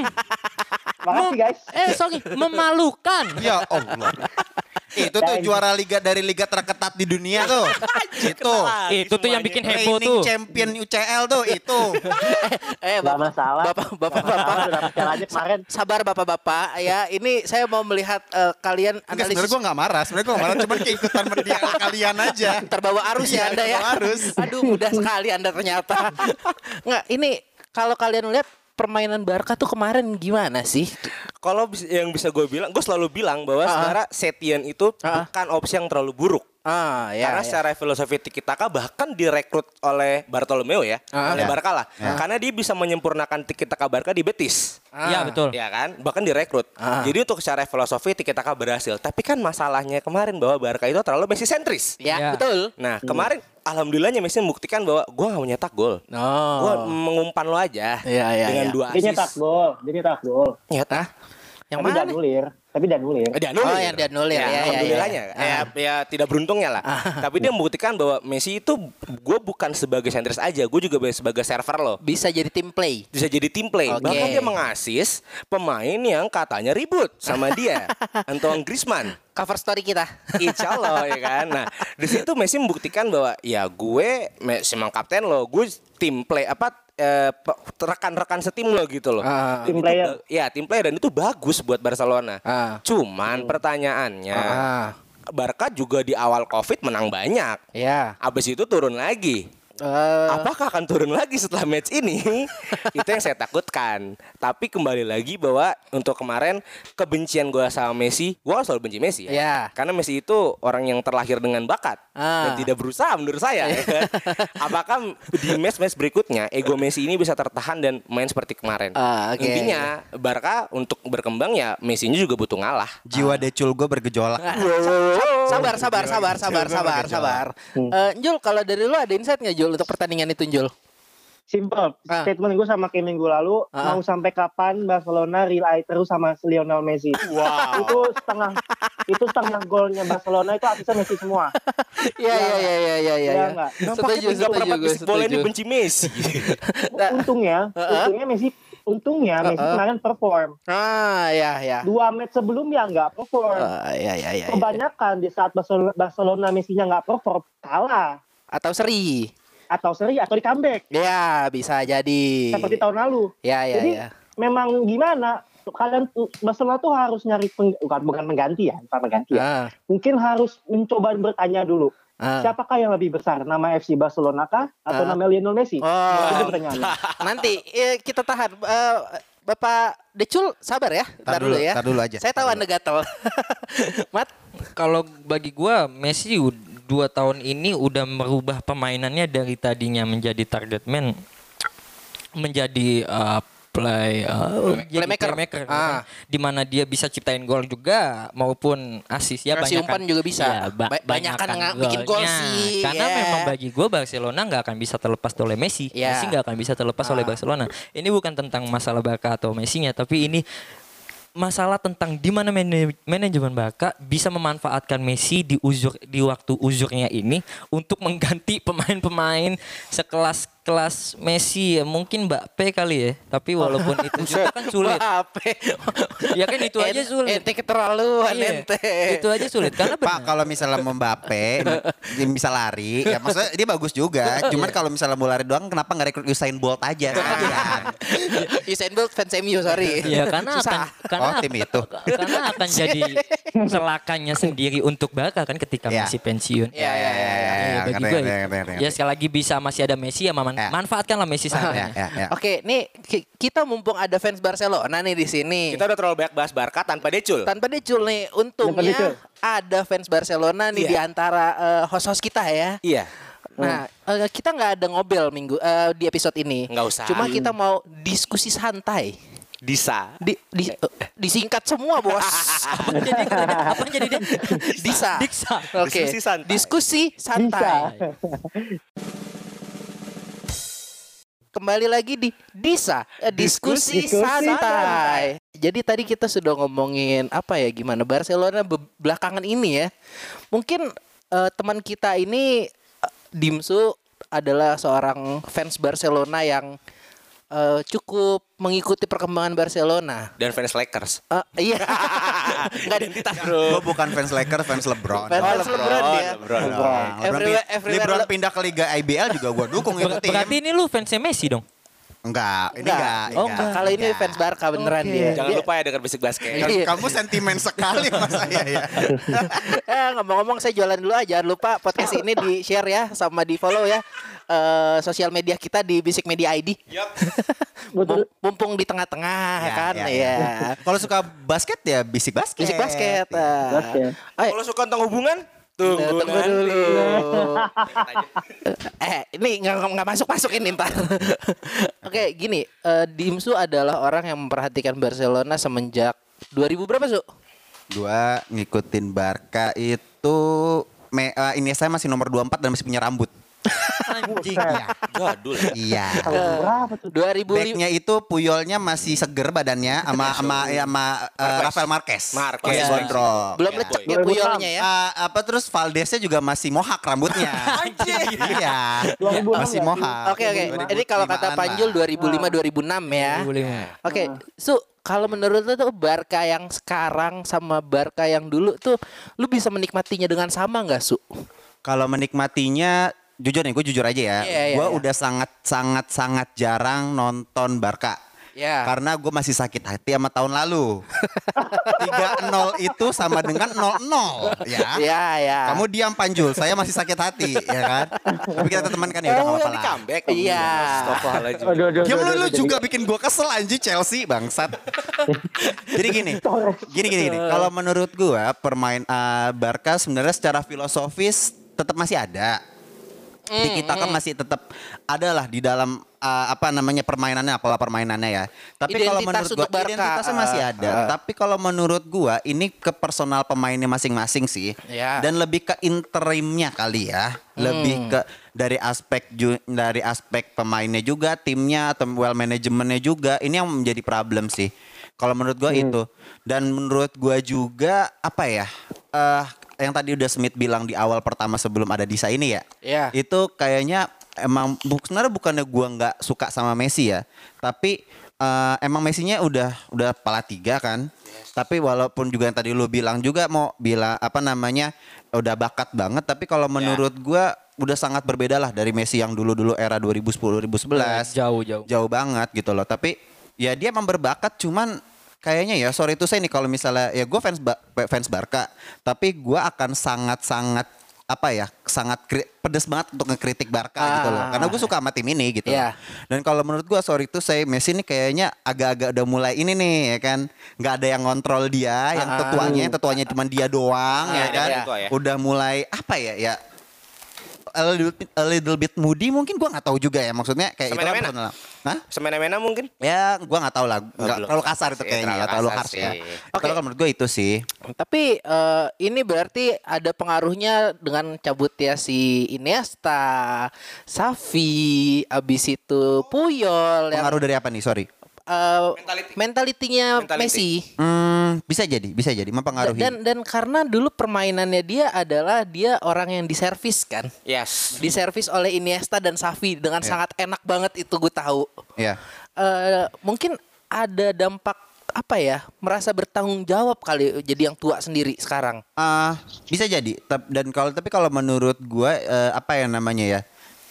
makasih guys. eh sorry, memalukan. Ya Allah. Itu tuh juara liga dari liga terketat di dunia tuh. Itu. Itu tuh yang bikin heboh Reigning tuh. champion U C L tuh itu. Eh, Gak masalah. Bapak, bapak, Nggak masalah, bapak. udah dapet piala aja kemarin. Sabar bapak-bapak ya. Ini saya mau melihat eh, kalian Enggak, sebenarnya analisis gue gak marah. Sebenarnya gue gak marah. Cuman keikutan dia kalian aja. terbawa arus ya Iya, Anda ya. terbawa arus. Aduh, mudah sekali Anda ternyata. Nggak, ini kalau kalian lihat permainan Barca tuh kemarin gimana sih? Kalau bis- yang bisa gue bilang, gue selalu bilang bahwa Ah. sebenarnya Setien itu Ah. bukan opsi yang terlalu buruk. Ah, ya. Karena ya. secara filosofi tiki taka bahkan direkrut oleh Bartomeu ya, Ah. oleh Ya. Barca lah. Ya. Karena dia bisa menyempurnakan tiki taka Barca di Betis. Ah. Iya betul. Ya kan, bahkan direkrut. Ah. Jadi untuk secara filosofi tiki taka berhasil. Tapi kan masalahnya kemarin bahwa Barca itu terlalu Messi sentris. Ya, Ya. betul. Nah kemarin alhamdulillahnya Messi membuktikan bahwa gue gak mau nyetak gol. Oh. Gue mengumpan lo aja Iya, iya, dengan iya. dua Dia nyetak asis. gol, dia nyetak gol. Nyetak. Yang Tapi mana? dan nulir, tapi dan nulir. Eh, dianulir. Oh, yang dianulir, ya, ya, alhamdulillahnya. ya. Ya, ya, tidak beruntungnya lah. Tapi dia membuktikan bahwa Messi itu gue bukan sebagai sentris aja, gue juga sebagai server loh. Bisa jadi tim play. Bisa jadi tim play. Oke. Bahkan dia mengasis pemain yang katanya ribut sama dia, Antoine Griezmann. Cover story kita. Insya Allah ya kan. Nah di situ Messi membuktikan bahwa ya gue Messi memang kapten lo, gue tim play apa eh, pe- rekan-rekan setim lo gitu loh. Ah. Tim Itu player. ba- Ya tim player dan itu bagus buat Barcelona. Ah. Cuman pertanyaannya, Ah. Barca juga di awal Covid menang banyak. Ya. Abis itu turun lagi. Eh, Apakah akan turun lagi setelah match ini? Itu yang saya takutkan. Tapi kembali lagi bahwa untuk kemarin kebencian gue sama Messi, gue selalu benci Messi ya. Ya. Karena Messi itu orang yang terlahir dengan bakat Ah. dan tidak berusaha menurut saya. ya kan? Apakah di match-match berikutnya ego Messi ini bisa tertahan dan main seperti kemarin? Ah, oke. Intinya Barca untuk berkembang ya Messi-nya juga butuh ngalah. Jiwa decul gue bergejolak. sabar, sabar, sabar, sabar, sabar, sabar. Eh, Jul, kalau dari lu ada insight nggak Jul untuk pertandingan itu Jul? Simple. Ah. Statement gue sama kayak minggu lalu, Ah. mau sampai kapan Barcelona rely terus sama Lionel Messi. Wow. Itu setengah itu setengah golnya Barcelona itu asisnya Messi semua. Iya iya iya iya iya Ya iya. enggak. Nampaknya tiga perempat bisik bola ini benci Messi. Untungnya, untungnya Messi untungnya Messi kemarin perform. Ah ya ya. Dua match sebelumnya nggak perform. Ah, ya ya ya. Kebanyakan di saat Barcelona, Barcelona Messi-nya nggak perform, kalah Atau seri. atau seri atau di comeback Ya, bisa jadi. seperti tahun lalu. Ya ya Jadi ya. memang gimana? Kalian tuh- Barcelona tuh harus nyari peng, bukan bukan mengganti ya, bukan mengganti ya. Ah, Mungkin harus mencoba bertanya dulu. ah. Siapakah yang lebih besar? Nama F C Barcelona kah atau Ah. nama Lionel Messi? Oh. Itu pertanyaannya. Nanti eh, kita tahan. Eh, Bapak Decul sabar ya. Tar dulu, ya. tar dulu aja. Saya tahu Tar Anda gatel. Mat. Kalau bagi gua Messi u- dua tahun ini udah merubah permainannya dari tadinya menjadi target man menjadi uh, play uh, jadi Playmaker. playmaker Ah. di mana dia bisa ciptain gol juga maupun assist ya Ngasih banyakan- umpan juga bisa. ya, ba- Ba- banyakan nga- bikin gol golnya. sih, Karena ya. memang bagi gue Barcelona nggak akan bisa terlepas oleh Messi. Ya. Messi nggak akan bisa terlepas oleh Ah. Barcelona. Ini bukan tentang masalah Barca atau Messi-nya, tapi ini masalah tentang di mana mane- manajemen Barca bisa memanfaatkan Messi di uzur di waktu uzurnya ini untuk mengganti pemain-pemain sekelas kelas Messi ya, mungkin Mbappe kali ya. Tapi walaupun itu juga kan sulit. Bape. Ya kan itu aja En- sulit. Ente keterlaluan Iya, ente. itu aja sulit karena Pak, benar. kalau misalnya Mbappe dia bisa lari, ya maksudnya dia bagus juga. Cuman kalau misalnya mau lari doang, kenapa nggak rekrut Usain Bolt aja? sekalian? Usain Bolt fans M U, sorry. Ya karena akan Susah. karena Oh, tim itu. karena akan jadi celakannya sendiri untuk Barca kan ketika Ya. Messi pensiun. Iya, iya, iya, iya. Ya, bagi ngerti, gue ngerti, ngerti, ngerti. ya sekali lagi bisa masih ada Messi ya man- Ya. manfaatkanlah Messi Ya, sananya. ya, ya. Oke, nih ki- kita mumpung ada fans Barcelona nih di sini. Kita udah terlalu banyak bahas Barca tanpa Decul. Tanpa Decul nih, Tanpa untungnya Decul. ada fans Barcelona nih Iya. di antara eh, host-host kita ya. Iya. Nah, eh, kita nggak ada ngobel minggu eh, di episode ini. Nggak usah. Cuma kita mau diskusi santai. Disa. Di, di- eh, disingkat semua bos. Apa jadi apa jadi dia? Disa. Diksa. Oke. Diskusi santai. Diskusi santai. Kembali lagi di Disa, eh, diskusi, Diskusi santai. Jadi tadi kita sudah ngomongin apa ya, gimana Barcelona be- belakangan ini ya. Mungkin eh, teman kita ini eh, Dimsu adalah seorang fans Barcelona yang eh, cukup mengikuti perkembangan Barcelona. Dan fans Lakers. Eh, iya. Nggak identitas Gue bukan fans Lakers, fans LeBron. Fans Oh, LeBron, LeBron ya. LeBron. LeBron. LeBron, Everywhere- pi- everywhere LeBron Le- pindah ke Liga I B L juga gue dukung itu Ber- tim. Berarti ini lu fansnya Messi dong? Enggak, ini Enggak. enggak. Oh, enggak. Kalau ini fans Barca beneran Oke. dia. Jangan Dia- lupa ya dengar bisik basket. Kan Iya. kamu sentimen sekali sama saya ya. eh, ngomong-ngomong saya jualan dulu aja. Jangan lupa podcast ini di share ya, sama di follow ya eh, sosial media kita di Bisik Media I D. Betul. Mum- Mumpung di tengah-tengah Ya, kan ya, ya. ya. Kalau suka basket ya bisik basket. Bisik basket. eh. Basket. Ayo, Kalau suka tentang hubungan, tunggu, eh, tunggu nanti. dulu. eh, ini nggak nggak masuk masuk ini ntar. Oke, gini, eh, Dimsu adalah orang yang memperhatikan Barcelona semenjak dua ribu berapa, Su? Gua ngikutin Barca itu me, eh, ini saya masih nomor dua puluh empat dan masih punya rambut. Anjing. Iya. Jadul. Iya. Tahun berapa tuh? dua ribu lima. Backnya itu Puyolnya masih seger badannya sama sama ya, sama eh, Rafael Marquez. Marquez. Iya. Gondrong. Belum Ya. lecek ya Puyolnya ya. Ah, apa terus Valdesnya juga masih mohak rambutnya. Iya. dua ribu enam Masih nggak sih? mohak. Oke oke. Ini kalau kata Panjul dua ribu lima dua ribu enam ya. dua ribu lima. Oke, Su, kalau menurut lu tuh Barca yang sekarang sama Barca yang dulu tuh lu bisa menikmatinya dengan sama nggak, Su? Kalau menikmatinya jujur nih, gue jujur aja ya. Iya, iya, gue iya. udah sangat sangat sangat jarang nonton Barca. Ya. Karena gue masih sakit hati sama tahun lalu. tiga nol itu sama dengan nol nol ya. Ya, ya. Kamu diam Panjul, saya masih sakit hati ya kan. Tapi kita teman kan ya udah Oh, nggak yang apa-apa di lah. comeback. Iya. Astagfirullahaladzim. Aduh, aduh, Diam aduh, lu, aduh, lu aduh, juga jadi- bikin gua kesel anjing Chelsea bangsat. Jadi gini, gini gini gini. Kalau menurut gua permain uh, Barca sebenarnya secara filosofis tetap masih ada. Di kita kan masih tetap ada lah di dalam uh, apa namanya permainannya, apalah permainannya ya. Tapi kalau Identitas menurut gua untuk Barca. identitasnya masih ada. Ah, ah. Tapi kalau menurut gua ini ke personal pemainnya masing-masing sih. Ya. Dan lebih ke interimnya kali ya. Lebih ke dari aspek ju- dari aspek pemainnya juga, timnya atau well manajemennya juga. Ini yang menjadi problem sih. Kalau menurut gua itu. Dan menurut gua juga apa ya? eh yang tadi udah Smith bilang di awal pertama sebelum ada Disa ini ya. Iya. Itu kayaknya emang bu- sebenarnya bukannya gua nggak suka sama Messi ya, tapi eh, emang Messinya udah udah pala tiga kan. Tapi walaupun juga yang tadi lu bilang juga mau bilang apa namanya udah bakat banget, tapi kalau menurut gua udah sangat berbeda lah dari Messi yang dulu-dulu era dua ribu sepuluh dua ribu sebelas. Jauh, jauh. Jauh banget gitu loh. Tapi ya dia emang berbakat, cuman kayaknya ya sorry itu saya nih kalau misalnya ya gue fans ba- fans Barca, tapi gue akan sangat-sangat apa ya sangat kri- pedes banget untuk ngekritik Barca gitu loh, karena gue suka sama tim ini gitu. Iya. loh. Dan kalau menurut gue sorry itu saya Messi ini kayaknya agak-agak udah mulai ini nih ya kan, nggak ada yang ngontrol dia, yang Ah. tetuanya, yang tetuanya cuma dia doang Ah, ya iya, kan, iya. Tetua ya. udah mulai apa ya ya a little bit, a little bit moody mungkin gue nggak tahu juga ya maksudnya kayak itu kan Semena-mena? personal. Hah? Semena-mena mungkin. Ya gue nggak tahu lah, nggak belum. terlalu kasar itu Iya, kayaknya ya, terlalu terlalu kasar harsh ya. sih. Oke. Kalau menurut gue itu sih. Tapi eh, ini berarti ada pengaruhnya dengan cabutnya si Iniesta, Xavi, abis itu Puyol yang Pengaruh dari apa nih? Sorry. eh, Mentality. mentalitinya Mentality. Messi. Hmm, bisa jadi, bisa jadi mempengaruhi. Dan dan karena dulu permainannya dia adalah dia orang yang diservis kan. Yes. Diservis oleh Iniesta dan Xavi dengan Ya. sangat enak banget itu gue tahu. ya. Eh, mungkin ada dampak apa ya? Merasa bertanggung jawab kali jadi yang tua sendiri sekarang. Ah, bisa jadi. Tap- Dan kalau tapi kalau menurut gue eh, apa ya namanya ya?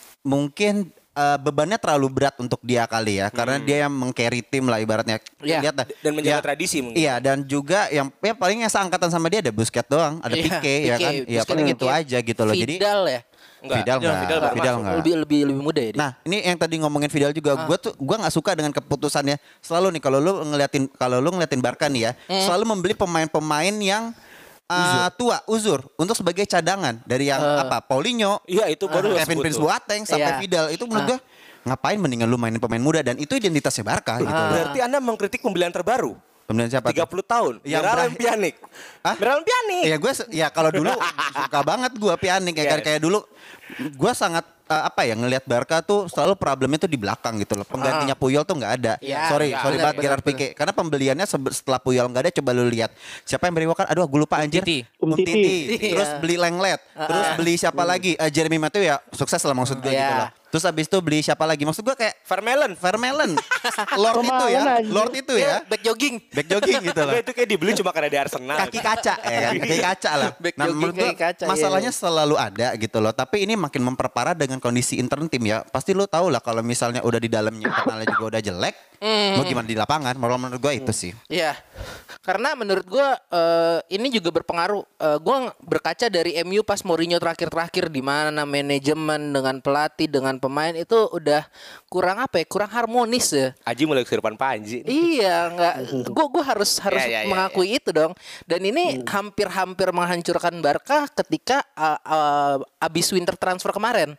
Mungkin eh, bebannya terlalu berat untuk dia kali ya, karena dia yang meng-carry tim lah ibaratnya. Iya. Lihat dah. Dan menjaga Ya, tradisi mungkin. Iya, dan juga yang ya paling yang seangkatan sama dia ada Busquets doang, ada Iya, Pique ya Pique, kan. Ya Busquets, paling itu Pique. aja gitu loh. Jadi Vidal ya. Enggak. Vidal enggak, Vidal baru Vidal masuk. enggak. Lebih lebih lebih muda ya dia. Nah, ini yang tadi ngomongin Vidal juga, Ah. gue tuh gue nggak suka dengan keputusannya. Selalu nih kalau lu ngeliatin kalau lu ngeliatin Barca nih ya, Hmm. selalu membeli pemain-pemain yang uh, tua, uzur untuk sebagai cadangan dari yang Eh. apa? Paulinho, Iya, itu baru Kevin sebut Prince tuh. Boateng sampai Iya. Vidal. Itu menurut Ah. gue ngapain mendingan lu mainin pemain muda, dan itu identitasnya Barca gitu. Ah. Berarti Anda mengkritik pembelian terbaru. Kemudian siapa? tiga tuh? puluh tahun. Yang Miralem berakhir- Pjanic. Hah? Miralem Pjanic. Iya gue ya kalau dulu suka banget gue Pjanic ya kan, Yes. kayak dulu gue sangat uh, apa ya ngelihat Barca tuh selalu problemnya tuh di belakang gitu loh. Penggantinya Puyol tuh nggak ada. Ya, sorry, ya, sorry benar, banget benar, Gerard Pique. Karena pembeliannya sebe- setelah Puyol nggak ada, coba lu lihat siapa yang beri wakan. Aduh, gue lupa anjir. Umtiti. Umtiti. Umtiti. Terus Iya. beli Lenglet. Terus beli siapa lagi? Eh, Jeremy Matthew ya sukses lah maksud gue Iya. gitu loh. Terus habis itu beli siapa lagi? Maksud gue kayak Vermeulen. Vermeulen. Lord itu ya. Kemana, anjir? Lord itu ya. Back jogging. Back jogging gitu loh. Enggak, itu kayak dibeli cuma karena di Arsenal. Kaki kaca ya kan, kaki kaca lah. Back Nah, jogging menurut gua kaki kaca, iya, masalahnya iya. selalu ada gitu loh. Tapi ini makin memperparah dengan kondisi intern tim ya. Pasti lu tahu lah kalau misalnya udah di dalamnya internalnya juga udah jelek, mau gimana di lapangan? Menurut menurut gua itu sih. Iya. Karena menurut gua eh, ini juga berpengaruh. Eh, gua berkaca dari M U pas Mourinho terakhir-terakhir di mana manajemen dengan pelatih dengan pemain itu udah kurang apa ya? Kurang harmonis ya. Aji mulai kesurupan Panji. Iya, nggak. Gua gua harus harus Ya, ya, ya, mengakui itu dong. Dan ini hampir-hampir menghancurkan Barca ketika uh, uh, abis winter transfer kemarin.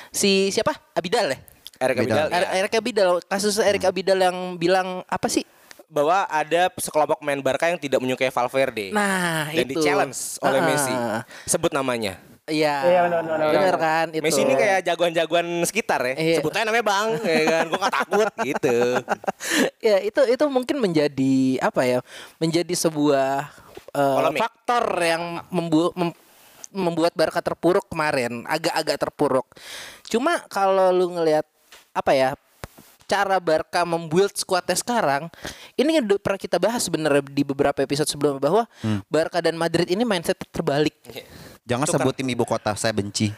Si siapa? Abidal ya? Eric Abidal. Abidal. ya. Er- Eric Abidal, kasus Eric Abidal yang bilang apa sih? Bahwa ada sekelompok pemain Barca yang tidak menyukai Valverde. Nah, dan itu. di challenge oleh Ah. Messi. Sebut namanya. Iya. Iya, benar, benar, Bener benar. kan itu. Messi ini kayak jagoan-jagoan sekitar ya. Iya. Sebut aja namanya Bang, ya kan. Gua gak takut gitu. ya itu itu mungkin menjadi apa ya? Menjadi sebuah uh, Polemik. faktor yang membu mem- membuat Barca terpuruk kemarin, agak-agak terpuruk. Cuma kalau lu ngelihat apa ya? Cara Barca membuild squadnya sekarang, ini udah pernah kita bahas sebenarnya di beberapa episode sebelumnya bahwa Barca dan Madrid ini mindset terbalik. Jangan Tukar. sebut tim ibu kota, saya benci.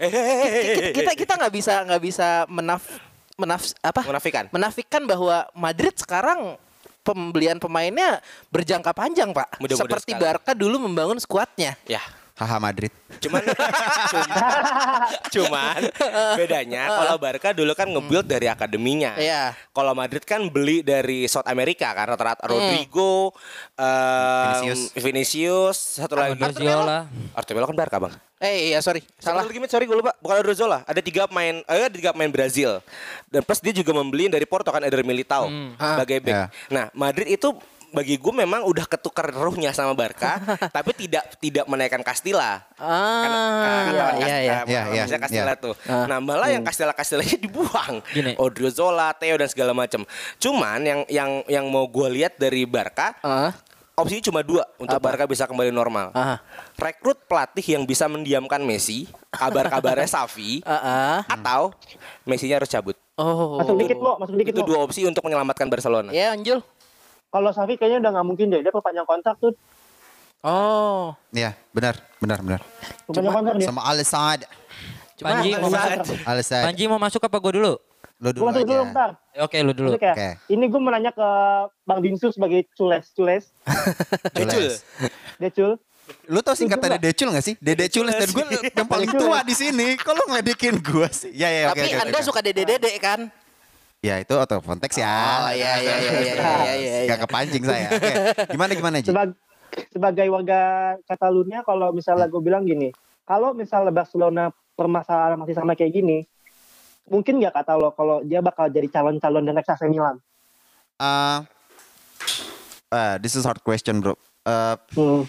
kita kita kita nggak bisa nggak bisa menaf menaf apa Menafikan. menafikan bahwa Madrid sekarang pembelian pemainnya berjangka panjang pak, Mudah-mudahan seperti sekali. Barca dulu membangun skuadnya. Ya. Haha Madrid. Cuman cuman, cuman bedanya kalau Barca dulu kan nge-build dari akademinya. Iya. Kalau Madrid kan beli dari South America karena rata-rata Rodrigo, em, Vinicius. Vinicius, satu lagi Odriozola. Artemelo kan Barca, Bang. Eh iya sorry Salah salah. lagi, Mit. Sorry gue lupa. Bukan Odriozola. Ada tiga pemain, eh, ada tiga pemain Brazil. Dan plus dia juga membeli dari Porto kan Eder Militao sebagai back. Ya. Nah, Madrid itu bagi gue memang udah ketukar ruhnya sama Barca, tapi tidak tidak menaikkan Castilla. Ah iya iya iya. Iya, iya, Bisa Castilla iya. tuh. Ah. Nah, malah yang Castilla-Castillanya dibuang. Gini. Odriozola, Theo dan segala macam. Cuman yang yang yang mau gue lihat dari Barca, Ah. opsinya cuma dua untuk Apa? Barca bisa kembali normal. Aha. Rekrut pelatih yang bisa mendiamkan Messi, kabar-kabarnya Xavi, Ah, ah. atau Messi-nya harus cabut. Oh. Masuk dikit Mo, masuk dikit Itu Mo. dua opsi untuk menyelamatkan Barcelona. Ya, Anjul. Kalau Xavi kayaknya udah nggak mungkin deh, dia perpanjang kontrak tuh. Oh. Iya, benar, benar, benar. Perpanjang kontrak dia. Sama Al Saad. Cuma Panji mau Saad. masuk. Al Saad. Panji mau masuk apa gue dulu? Lu Gue dulu masuk dulu aja. bentar. Oke, lu dulu. Masuk ya. Oke. Ini gue menanya ke Bang Dinsu sebagai cules, cules, Decul. Decul. Lu tau singkatannya Decul gak sih? Dede Cules dan gue yang paling tua di sini. Kok lu ngeledekin gue sih? Ya ya oke Tapi oke. Anda oke. suka dede-dede kan? Ya itu auto konteks ya. Oh, iya, iya, iya, iya, iya, iya, iya. Gak kepancing saya. Oke. Gimana gimana Ji? Sebagai sebagai warga Catalunya, kalau misalnya gue bilang gini, kalau misalnya Barcelona permasalahan masih sama kayak gini, mungkin nggak kata lo kalau dia bakal jadi calon-calon the next A C Milan? Uh, uh, this is hard question bro. Uh, Hmm.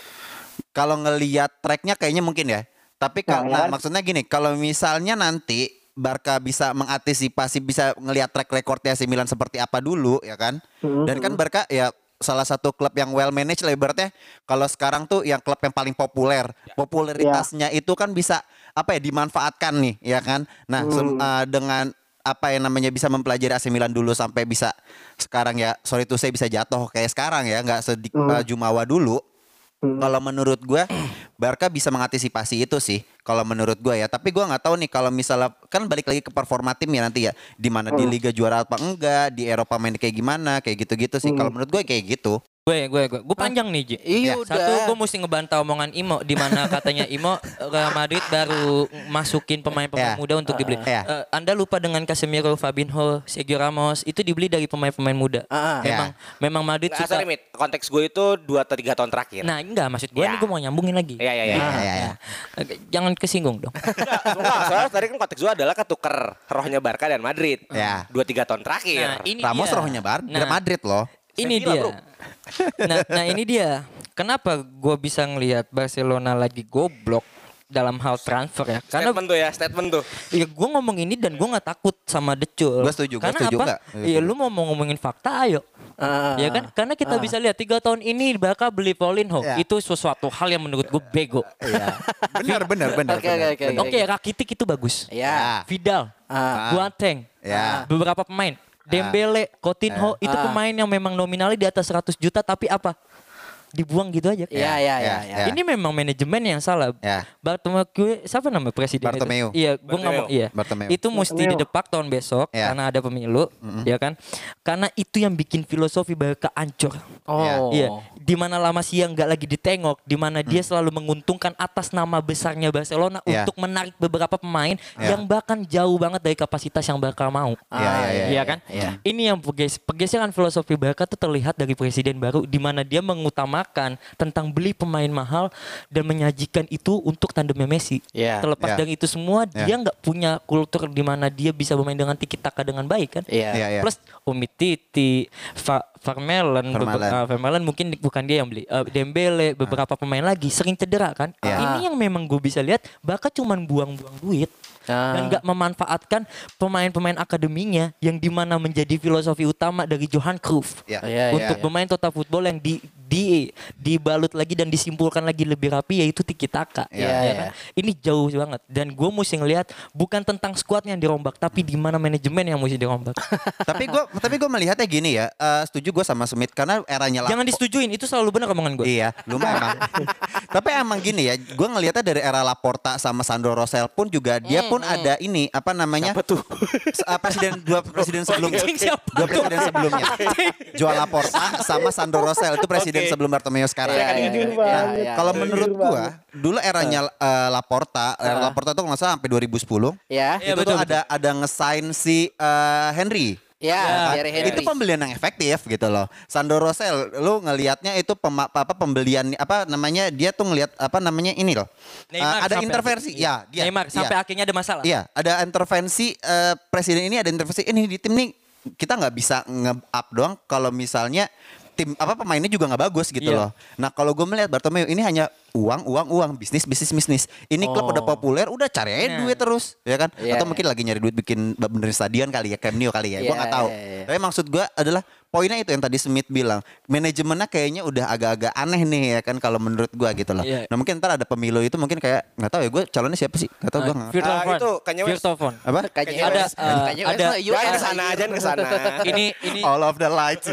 kalau ngelihat tracknya kayaknya mungkin ya. Tapi Nah, kalau ya nah, kan? maksudnya gini, kalau misalnya nanti Barca bisa mengantisipasi, bisa ngelihat track recordnya A C Milan seperti apa dulu ya kan. Hmm. Dan kan Barca ya salah satu klub yang well managed lah ibaratnya. Kalau sekarang tuh yang klub yang paling populer, popularitasnya itu kan bisa apa ya dimanfaatkan nih ya kan. Nah sem- uh, dengan apa yang namanya bisa mempelajari A C Milan dulu sampai bisa sekarang ya sorry tuh saya bisa jatuh kayak sekarang ya nggak sedik Hmm. uh, Jumawa dulu. Hmm. Kalau menurut gue Barca bisa mengantisipasi itu sih kalau menurut gue ya. Tapi gue nggak tahu nih kalau misalnya kan balik lagi ke performa tim ya nanti ya. Di mana di Hmm. Liga Juara apa enggak, di Eropa main kayak gimana, kayak gitu-gitu sih. Hmm. Kalau menurut gue kayak gitu. Gue, gue, gue, gue panjang nih Ji. Iya, Ya, udah. Satu, gue mesti ngebantah omongan Imo di mana katanya Imo Real Madrid baru masukin pemain-pemain Ya. muda untuk dibeli. Ya. Eh, Anda lupa dengan Casemiro, Fabinho, Sergio Ramos itu dibeli dari pemain-pemain muda. Ah, memang, memang Madrid Nggak, suka. sorry, Mit. Konteks gue itu dua atau tiga tahun terakhir. Nah, enggak maksud gue Ya. ini gue mau nyambungin lagi. Iya, iya, iya. Ya, ya, ya. Eh, Jangan kesinggung dong. Enggak, enggak, soalnya tadi kan konteks gue adalah ketuker rohnya Barca dan Madrid. Ya. Dua tiga tahun terakhir. Nah, ini Ramos dia. rohnya Bar, Nah, Madrid loh. Ini Sevilla, dia. bro. nah, nah ini dia. Kenapa gue bisa ngelihat Barcelona lagi goblok dalam hal transfer ya? Karena Statement tuh ya, statement tuh. ya gue ngomong ini dan gue nggak takut sama Decul. Gua setuju, gua Karena setuju apa? nggak? Iya lu mau ngomongin fakta ayo. Ah. Ya kan? Karena kita bisa lihat tiga tahun ini Barca beli Paulinho Ya. itu sesuatu hal yang menurut gue bego. Iya. Benar benar benar. Oke, benar, oke, oke, benar. Oke, Rakitic itu bagus. Ya. Vidal, Ah. Boateng, Ya. beberapa pemain. Dembele, Coutinho itu Ah. pemain yang memang nominalnya di atas seratus juta tapi apa? Dibuang gitu aja. Iya, iya, iya, Ya, iya. ya. Ini memang manajemen yang salah. Ya. Bartomeu, siapa nama presiden Bartomeu. itu? Iya, gue Bartomeu. ngomong iya. Bartomeu. Itu mesti Bartomeu. didepak tahun besok Ya. karena ada pemilu, ya kan? Karena itu yang bikin filosofi Barca hancur. Oh. Iya, di mana lama siang nggak lagi ditengok, di mana dia selalu menguntungkan atas nama besarnya Barcelona Ya. untuk menarik beberapa pemain Ya. yang bahkan jauh banget dari kapasitas yang Barca mau. Iya, iya, iya, Iya kan? iya. Ini yang perges- pergeseran filosofi Barca tuh terlihat dari presiden baru di mana dia mengutamakan tentang beli pemain mahal dan menyajikan itu untuk tandemnya Messi. Iya. Terlepas Iya. dari itu semua, Iya. dia nggak punya kultur di mana dia bisa bermain dengan tiki taka dengan baik kan? Iya. Iya, iya. Plus Umtiti, Fa Vermaelen, Vermaelen. beber- uh, Vermaelen mungkin di- bukan dia yang beli. Uh, Dembele, beberapa pemain lagi sering cedera kan. Iya. Ini yang memang gue bisa lihat, Barca cuman buang-buang duit Ah. dan nggak memanfaatkan pemain-pemain akademinya yang dimana menjadi filosofi utama dari Johan Cruyff Ya. Iya, iya, untuk iya. bermain total football yang di di dibalut lagi dan disimpulkan lagi lebih rapi yaitu tiki taka. Iya, Ya iya. kan? Ini jauh banget dan gue mesti ngelihat bukan tentang skuad yang dirombak tapi di mana manajemen yang mesti dirombak. tapi gue tapi gue melihatnya gini ya. eh, setuju gue sama Smith karena eranya Jangan Lapo- disetujuin, itu selalu benar omongan gue. Iya, lu mah emang. Tapi emang gini ya, gue ngelihatnya dari era Laporta sama Sandro Rosell pun juga dia pun ada ini apa namanya? Apa tuh? Se- uh, presiden dua presiden sebelumnya. Anjing, siapa Dua presiden sebelumnya. Joao Laporta sama Sandro Rosell itu presiden Oke. sebelum Bartomeu sekarang. Iya, iya, Jujur iya, banget. iya. Kalau Jujur menurut gua, banget. dulu eranya uh, Laporta, era Laporta tuh kalau nggak salah sampai dua ribu sepuluh. Ya. Iya, itu betul, tuh betul. ada ada ngesign si uh, Henry. Ya, Kan? Thierry Henry. Itu pembelian yang efektif gitu loh. Sandro Rosell, lu ngelihatnya itu pema, apa pembelian apa namanya? Dia tuh ngelihat apa namanya ini loh. Neymar Uh, ada sampai- intervensi, ya. Dia, Neymar dia. sampai akhirnya ada masalah. Iya, ada intervensi eh, presiden ini ada intervensi ini di tim nih kita nggak bisa nge-up doang kalau misalnya tim apa pemainnya juga nggak bagus gitu Iya. loh. Nah kalau gue melihat Bartomeu ini hanya uang, uang, uang, bisnis, bisnis, bisnis. Ini klub Oh. udah populer, udah cari aja Nah. duit terus, ya kan? Iya. Atau mungkin lagi nyari duit bikin benerin stadion kali ya, Camp Nou kali ya. Gua Iya, nggak tahu. iya, iya. Tapi maksud gua adalah poinnya itu yang tadi Smith bilang, manajemennya kayaknya udah agak-agak aneh nih ya kan kalau menurut gua gitu loh. Iya. Nah mungkin ntar ada pemilu itu mungkin kayak nggak tahu ya, gua calonnya siapa sih? Nggak tahu gua. nggak- Virtual Ah, phone. itu Kanye West. Virtual phone. Apa? Kayaknya Ada, West. eh, Kayaknya ada- West mah U S Jangan kesana aja, jangan kesana. Ini ini All of the lights.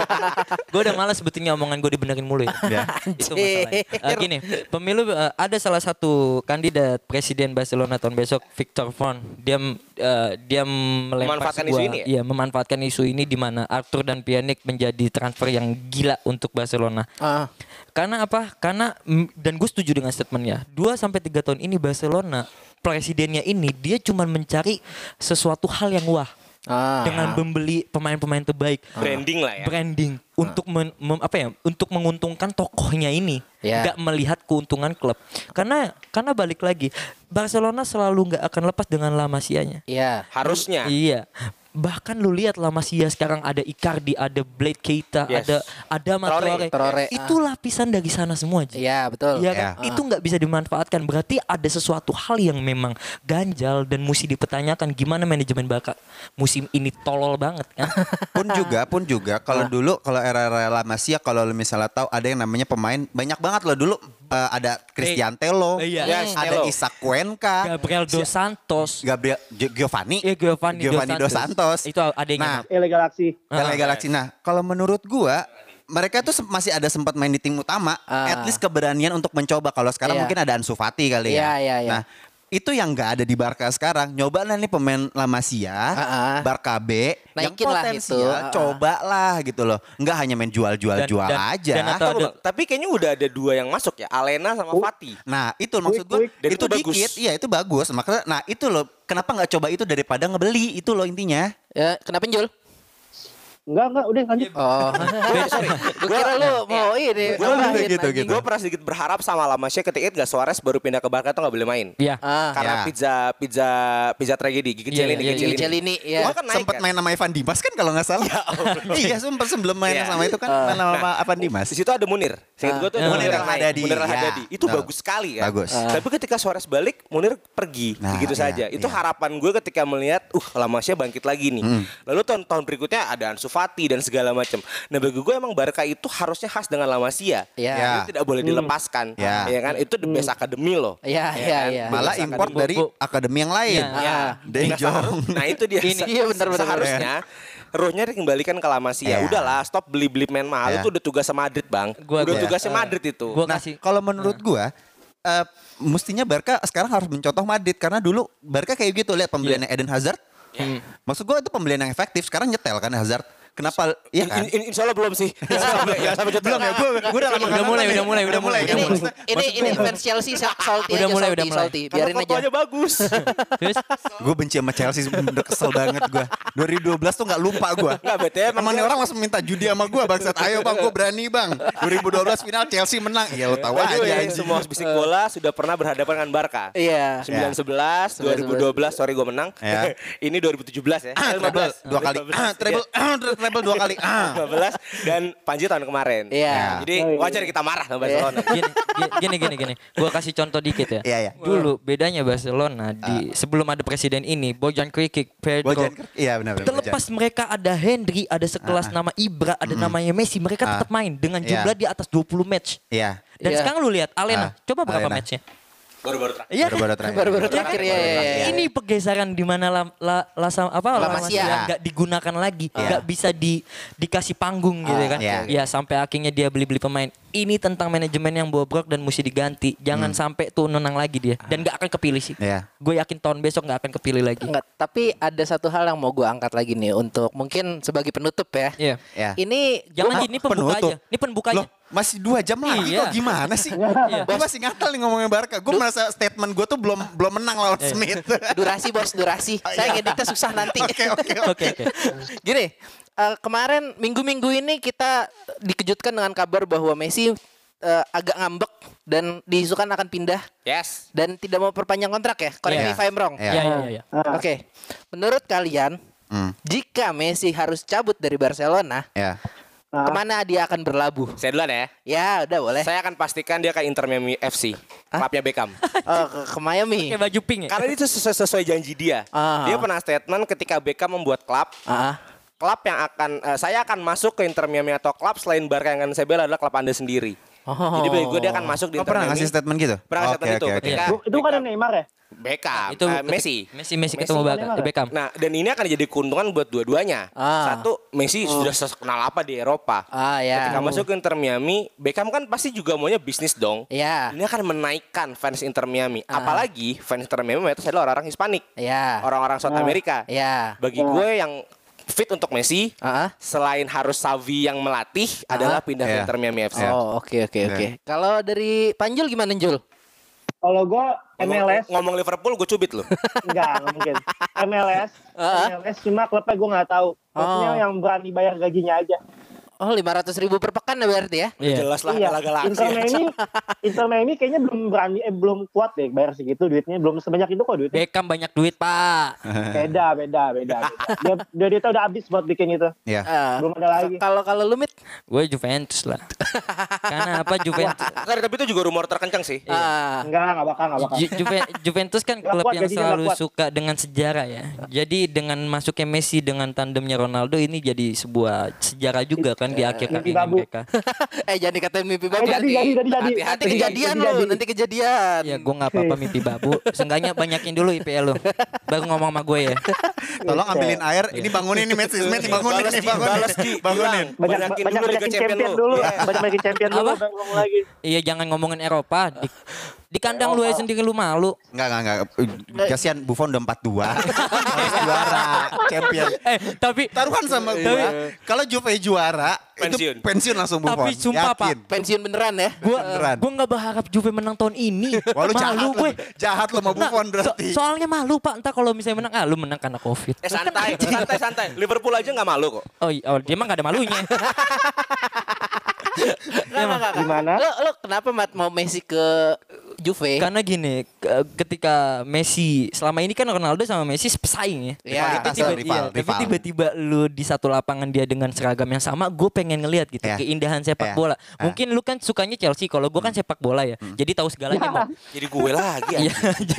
gue udah malas sebetulnya omongan gue dibenerin mulu ya. Ya. Itu masalahnya. Eh, gini, pemilu eh, ada salah satu kandidat presiden Barcelona tahun besok, Victor Font. Dia eh, dia melempar Memanfaatkan sebuah, isu ini ya? Iya, memanfaatkan isu ini di mana Arthur dan Pjanic menjadi transfer yang gila untuk Barcelona. Ah. Karena apa? Karena mm, dan gue setuju dengan statementnya. dua sampai tiga tahun ini Barcelona presidennya ini dia cuma mencari sesuatu hal yang wah. Ah. Dengan membeli pemain-pemain terbaik, Branding lah ya. branding untuk men- mem- apa ya, untuk menguntungkan tokohnya ini, Ya. nggak melihat keuntungan klub. Karena karena balik lagi, Barcelona selalu nggak akan lepas dengan La Masia-nya. Iya. Harusnya. Iya. Bahkan lu lihat La Masia sekarang ada Icardi, ada Blade Keita, Yes. ada ada Traore. Traore, Itu lapisan dari sana semua. Ji. Iya, betul. Iya kan? Ya. Itu nggak bisa dimanfaatkan. Berarti ada sesuatu hal yang memang ganjal dan mesti dipertanyakan gimana manajemen Barca musim ini tolol banget kan. Pun juga, pun juga kalau dulu kalau era-era La Masia kalau lu misalnya tahu ada yang namanya pemain banyak banget loh dulu eh, ada Christian Tello, Iya. Yes, ada Tello. Isak Cuenca, Gabriel dos Santos. Gabriel Gi- Giovanni, Eh, Giovanni, Giovanni dos Santos. Itu adanya. Nah, L A Galaxy. L A Galaxy. Nah, kalau menurut gua mereka tuh sem- masih ada sempat main di tim utama, Ah. at least keberanian untuk mencoba. Kalau sekarang Iya. mungkin ada Ansu Fati kali Iya, ya. iya, iya. Nah, itu yang nggak ada di Barca sekarang. Nyoba lah nih pemain La Masia, Ah, ah. Barca B, yang Naikin lah potensial, itu. Ah, ah. coba lah gitu loh. Nggak hanya main jual-jual Dan- jual dan- aja. dan atau Tunggu, ada- Bang. Tapi kayaknya udah ada dua yang masuk ya, Alena sama Oh. Fati. Nah itu maksud gue quick. Dan itu, itu bagus. dikit, iya itu bagus. Makanya, nah itu loh, kenapa nggak coba itu daripada ngebeli itu loh intinya. Ya, kenapa Jul? Enggak, enggak, udah lanjut. Oh. Gue kira lu mau ini. Gua nambahin gitu, gitu, anjing. gitu. Gue pernah sedikit berharap sama La Masia ketika Edgar Suarez baru pindah ke Barca tuh gak boleh main. Iya. Ah. Karena Ya. pizza pizza pizza tragedi Gigi Iya, Celini, iya, Gigi iya, Celini. Celini, iya. Wah, kan naik Sempet kan? main sama Evan Dimas kan kalau nggak salah. Iya sempat sebelum main Iya. sama itu kan main sama Evan Dimas. Di situ ada Munir. Seingat gue tuh ada Ah. Munir Munir yang naik. Al-Hadadi, Munir ya. Al-Hadadi. Itu Betul. bagus sekali kan. Bagus. Tapi ketika Suarez balik, Munir pergi. Nah, begitu iya, saja. Itu iya. harapan gue ketika melihat, uh La Masia bangkit lagi nih. Lalu tahun-tahun berikutnya ada Ansu Fati dan segala macam. Nah bagi gue emang Barca itu harusnya khas dengan La Masia. Iya. Ya. Itu tidak boleh dilepaskan. Ya. Ya kan? Itu the best academy loh. Iya, Ya iya, kan? iya. Malah Best import academy. dari Bu- akademi yang lain. Iya. Ya, De Nah, Jong. seharus- Nah itu dia. Ini, iya, benar, benar, Seharusnya ruhnya dikembalikan ke La Masia. Iya. Udahlah, stop beli-beli main mahal. Iya. Itu udah tugasnya Madrid, Bang. Gua- udah gua- tugasnya eh, Madrid itu. gua Nah, kasih kalau menurut gua eh, mestinya Barca sekarang harus mencontoh Madrid karena dulu Barca kayak gitu lihat pembeliannya Eden Hazard. Maksud gua itu pembelian yang efektif. Sekarang nyetel kan Hazard. Kenapa? Iya kan? In- in- insya Allah belum sih. Ya sampai ya sampai juta. Belum ya, gua, gua udah lama Udah mulai, udah mulai, udah mulai. Ini Kamu- ini maksud ini gua- fans Chelsea salty Udah aja, mulai, salty, udah mulai. salty. Karena Biarin aja. fotonya bagus. Terus Gue benci sama Chelsea, bener kesel banget gue. dua ribu dua belas tuh gak lupa gue. Enggak, B T W emang Emang nih dia- orang langsung minta judi sama gue bangsat. Ayo bang, gue berani bang. dua ribu dua belas final Chelsea menang. Ya lo tahu By the aja. way, anjing. semua bisik bola sudah pernah berhadapan dengan Barca. Iya. sembilan sebelas, dua ribu dua belas, sorry gue menang. Ya. Ini dua ribu tujuh belas ya. Ah, lima belas. treble dua kali. Ah, treble, ah, treble dua kali. Ah. lima belas dan Panji tahun kemarin. Iya. Jadi wajar kita marah sama Barcelona. gini, gini, gini, gini, gini. Gua kasih contoh dikit ya. Iya, iya. Dulu bedanya Barcelona di sebelum ada presiden ini, Bojan Krikic, Pedro. Bojan Krikic, iya benar benar. Terlepas mereka ada Henry, ada sekelas nama Ibra, ada namanya Messi, mereka Ah. tetap main dengan Iya. jumlah di atas dua puluh match. Iya. Dan Iya. sekarang lu lihat Alena, Ah, coba berapa Alena. matchnya? Baru-baru terakhir. Iya kan? Baru-baru terakhir. Baru-baru Ya terakhir kan? ya. ya, ya. Ini pergeseran di mana la, la, la, sama- apa La La Masia. Masia nggak digunakan lagi, Iya. nggak bisa di dikasih panggung gitu kan? iya. Ya sampai akhirnya dia beli-beli pemain. Ini tentang manajemen yang bobrok dan mesti diganti. Jangan sampai tuh nonang lagi dia dan nggak akan kepilih sih. Iya. Gue yakin tahun besok nggak akan kepilih lagi. Enggak, tapi ada satu hal yang mau gue angkat lagi nih untuk mungkin sebagai penutup ya. Iya. Iya. Ini Jangan Oh, Ji, ini pembuka penutup. aja. Ini pembuka Loh, aja. masih dua jam lagi Iya. kok gimana sih? Iya. Gue masih ngatal nih ngomongin Barca. Gue merasa statement gue tuh belum belum menang lawan Smith. durasi bos, durasi. Saya ngeditnya susah nanti. Oke oke Oke oke. Gini, eh, kemarin minggu-minggu ini kita dikejutkan dengan kabar bahwa Messi eh, agak ngambek dan diisukan akan pindah Yes. dan tidak mau perpanjang kontrak ya. Correct me Iya. if I'm wrong. Iya. Iya iya iya. Ah. Oke, menurut kalian Hmm. jika Messi harus cabut dari Barcelona, Ya. Nah, Kemana dia akan berlabuh? Saya duluan ya. Ya, udah boleh. Saya akan pastikan dia ke Inter Miami F C, klubnya Beckham. Oh, ke, ke Miami. Kayak baju pink ya. Karena itu sesuai, sesuai janji dia. Ah. Dia pernah statement ketika Beckham membuat klub, Ah, klub yang akan eh, saya akan masuk ke Inter Miami atau klub selain Barca yang akan saya bela adalah klub Anda sendiri. Oh. Jadi bagi gue dia akan masuk di Oh, Inter pernah Miami. ngasih statement gitu? Pernah ngasih Oke, statement itu oke, oke. ketika Bu- itu kan Beckham- Neymar ya? Beckham, Itu eh, ketik- Messi. Messi Messi ketemu Messi. Beckham. Beckham. Nah, dan ini akan jadi keuntungan buat dua-duanya. Ah. Satu, Messi sudah kenal apa di Eropa. Ah, ya. Ketika masuk ke Inter Miami, Beckham kan pasti juga maunya bisnis dong. Ya. Ini akan menaikkan fans Inter Miami. Ah. Apalagi fans Inter Miami mayoritas adalah orang-orang Hispanik. Ya. Orang-orang South Ah. Amerika. Ya. Bagi gue yang fit untuk Messi, Ah. selain harus Xavi yang melatih, adalah pindah ke Iya. Inter Miami F C. Oh, oke oke oke. Kalau dari Panjul gimana, Jul? Kalau gue M L S, Ngomong, ngomong Liverpool, gue cubit loh. enggak, enggak mungkin. M L S, Ah. M L S cuma klubnya gue nggak tahu. Klubnya Oh. yang berani bayar gajinya aja. Oh, lima ratus ribu per pekan ya berarti ya? Iya. Jelas lah, Iya, gala-galaksi. Inter Miami, Inter Miami kayaknya belum berani, eh belum kuat deh bayar segitu duitnya, belum sebanyak itu kok duitnya. Beckham banyak duit, Pak. Beda, beda, beda. beda. Dia, dia duitnya udah habis buat bikin itu. Iya. Ah. Belum ada lagi. Kalau kalau lu Mit? Gue Juventus lah. Karena apa Juventus? Kan, tapi itu juga rumor terkencang sih. Ah. Enggak, enggak bakal, enggak bakal. Ju- Juve- Juventus kan Nggak klub kuat, yang gajinya selalu nggak kuat. suka dengan sejarah ya. Jadi dengan masuknya Messi dengan tandemnya Ronaldo ini jadi sebuah sejarah juga kan di akhir Mimpi karirnya babu. mereka. eh jangan dikatain mimpi Eh, babu. jadi, jadi, jadi, jadi. Hati-hati Jadi, kejadian jadi, lo, jadi. nanti kejadian. Ya gue nggak apa-apa mimpi babu. Seenggaknya banyakin dulu I P L lo. Baru ngomong sama gue ya. Tolong ambilin air. Ini bangunin nih Messi. Messi bangunin Balas, nih, Ji, bangunin. balas, Ji. Bangunin. Banyak, Banyakin banyak, dulu Liga banyakin Champion champion lu. dulu. Iya. Banyak banyakin champion dulu, Apa? baru ngomong lagi. Iya jangan ngomongin Eropa. Di, di kandang lu aja sendiri lu malu. Enggak, enggak, enggak. Kasihan Buffon udah empat dua. Harus juara. Champion. Eh tapi Taruhan sama gue. Kalau Juve juara, Pensiun. itu pensiun langsung Buffon. Tapi sumpah, Pak. Yakin. Pensiun beneran ya? gue Beneran. gue nggak berharap Juve menang tahun ini. Wah, lu jahat Malu lu. gue. Jahat lu sama Buffon Nah, berarti. so- soalnya malu Pak. Entar kalau misalnya menang, ah lu menang karena Covid. Eh santai, santai, santai. Liverpool aja nggak malu kok. Oh, iya, oh dia mah gak ada malunya. Nggak, nggak, nggak. Gimana? Lo, lo kenapa Mat mau Messi ke Juve? Karena gini, ke- ketika Messi selama ini kan Ronaldo sama Messi pesaing ya. Ya, Tapi Rivalitas, tiba- rival, iya, tapi rival. tiba-tiba lu di satu lapangan dia dengan seragam yang sama, gue pengen ngelihat gitu Iya. keindahan sepak Iya. bola. Iya. Mungkin lu kan sukanya Chelsea, kalau gue kan sepak bola ya. Jadi tahu segalanya. Bang. Jadi gue lagi. Iya.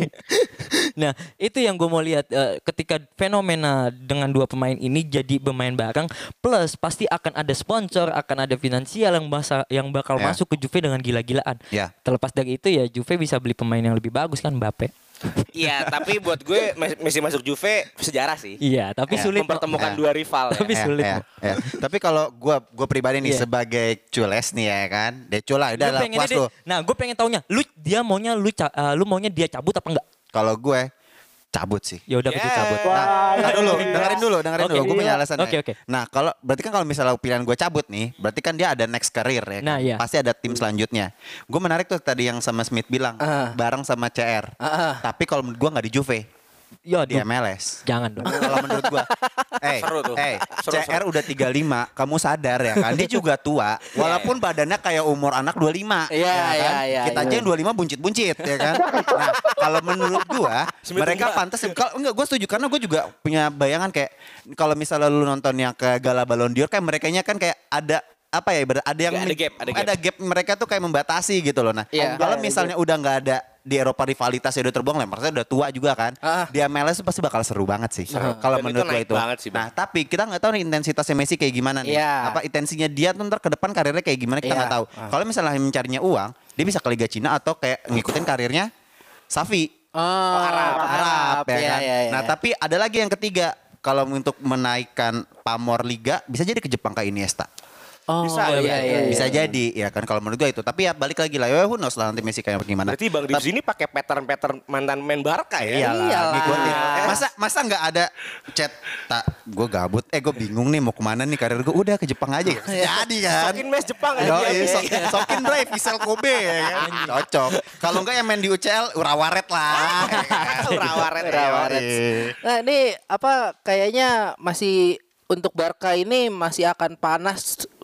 Nah, itu yang gue mau lihat eh, ketika fenomena dengan dua pemain ini jadi bermain bareng, plus pasti akan ada sponsor, akan ada finansial yang basa, yang bakal Ya. masuk ke Juve dengan gila-gilaan. Ya. Terlepas dari itu ya Juve bisa beli pemain yang lebih bagus kan Mbappe. Iya, tapi buat gue Messi masuk Juve sejarah sih. Iya, tapi Ya, sulit Mempertemukan Ya. dua rival. Ya. Tapi Ya, sulit. ya, Mo. ya. Tapi kalau gua gua pribadi nih Iya. sebagai cules nih ya kan. Deco lah udah Lu lah pengennya puas deh- lu. Nah, gue pengen taunya, lu dia maunya lu ca- eh, lu maunya dia cabut apa enggak? Kalau gue cabut sih. Ya udah Yeah. gue cabut. Wah, Nah dulu, iya. dengerin dulu, dengerin Oke. dulu. Gue punya Iya. alasan. Oke, oke. Nah, kalau berarti kan kalau misalnya pilihan gue cabut nih, berarti kan dia ada next career ya. Kan? Nah, iya. Pasti ada tim selanjutnya. Gue menarik tuh tadi yang sama Smith bilang, Ah. bareng sama C R. Ah, ah. Tapi kalau menurut gue nggak di Juve, Ya di aduh, M L S. jangan dong. Kalau menurut gua, eh, Seru tuh. eh, Seru, C R udah tiga puluh lima, kamu sadar ya kan? Dia juga tua, walaupun badannya kayak umur anak dua puluh lima. Iya, ya kan? iya, iya, Kita iya. aja yang dua puluh lima buncit-buncit ya kan? Nah, kalau menurut gua, Smith mereka enggak. pantas. Kalau enggak, gua setuju karena gua juga punya bayangan kayak kalau misalnya lu nonton yang ke Gala Ballon d'Or, kayak merekanya kan kayak ada apa ya, ibarat- ada yang Ada gap, ada gap. mereka tuh kayak membatasi gitu loh. Nah, Iya. kalau Ada, misalnya udah nggak ada di Eropa rivalitas udah terbuang lah, maksudnya udah tua juga kan. Ah. Di M L S tuh pasti bakal seru banget sih. Kalau Dan menurut itu gue naik itu. banget sih, Bang. Nah, tapi kita nggak tahu nih intensitasnya Messi kayak gimana nih. Iya. Apa intensinya dia tuh ntar ke depan karirnya kayak gimana kita Iya. nggak tahu. Kalau misalnya mencarinya uang, dia bisa ke Liga Cina atau kayak ngikutin karirnya Xavi. Oh, Arab, Arab, ya Iya, kan. iya, iya. Nah, tapi ada lagi yang ketiga. Kalau untuk menaikkan pamor liga bisa jadi ke Jepang kayak Iniesta. Oh, Bisa, iya, iya, iya, Bisa iya. jadi ya kan kalau menurut gue itu. Tapi ya balik lagi lah, ya who knows lah nanti Messi kayak gimana. Berarti Bang Dibs ini pakai pattern-pattern mantan main Barca ya? Iyalah, Iyalah. ngikutin. Eh, masa masa nggak ada chat tak gue gabut, eh gue bingung nih mau kemana nih karir gue, udah ke Jepang aja. Jadi kan. Sokin mes Jepang aja. Yo, dia. iya, sok, sokin drive Vissel Kobe ya kan. Cocok. Kalau enggak yang main di U C L Urawaret lah. ya kan? Urawaret, Urawaret. Iya. Nah, ini apa kayaknya masih untuk Barca ini masih akan panas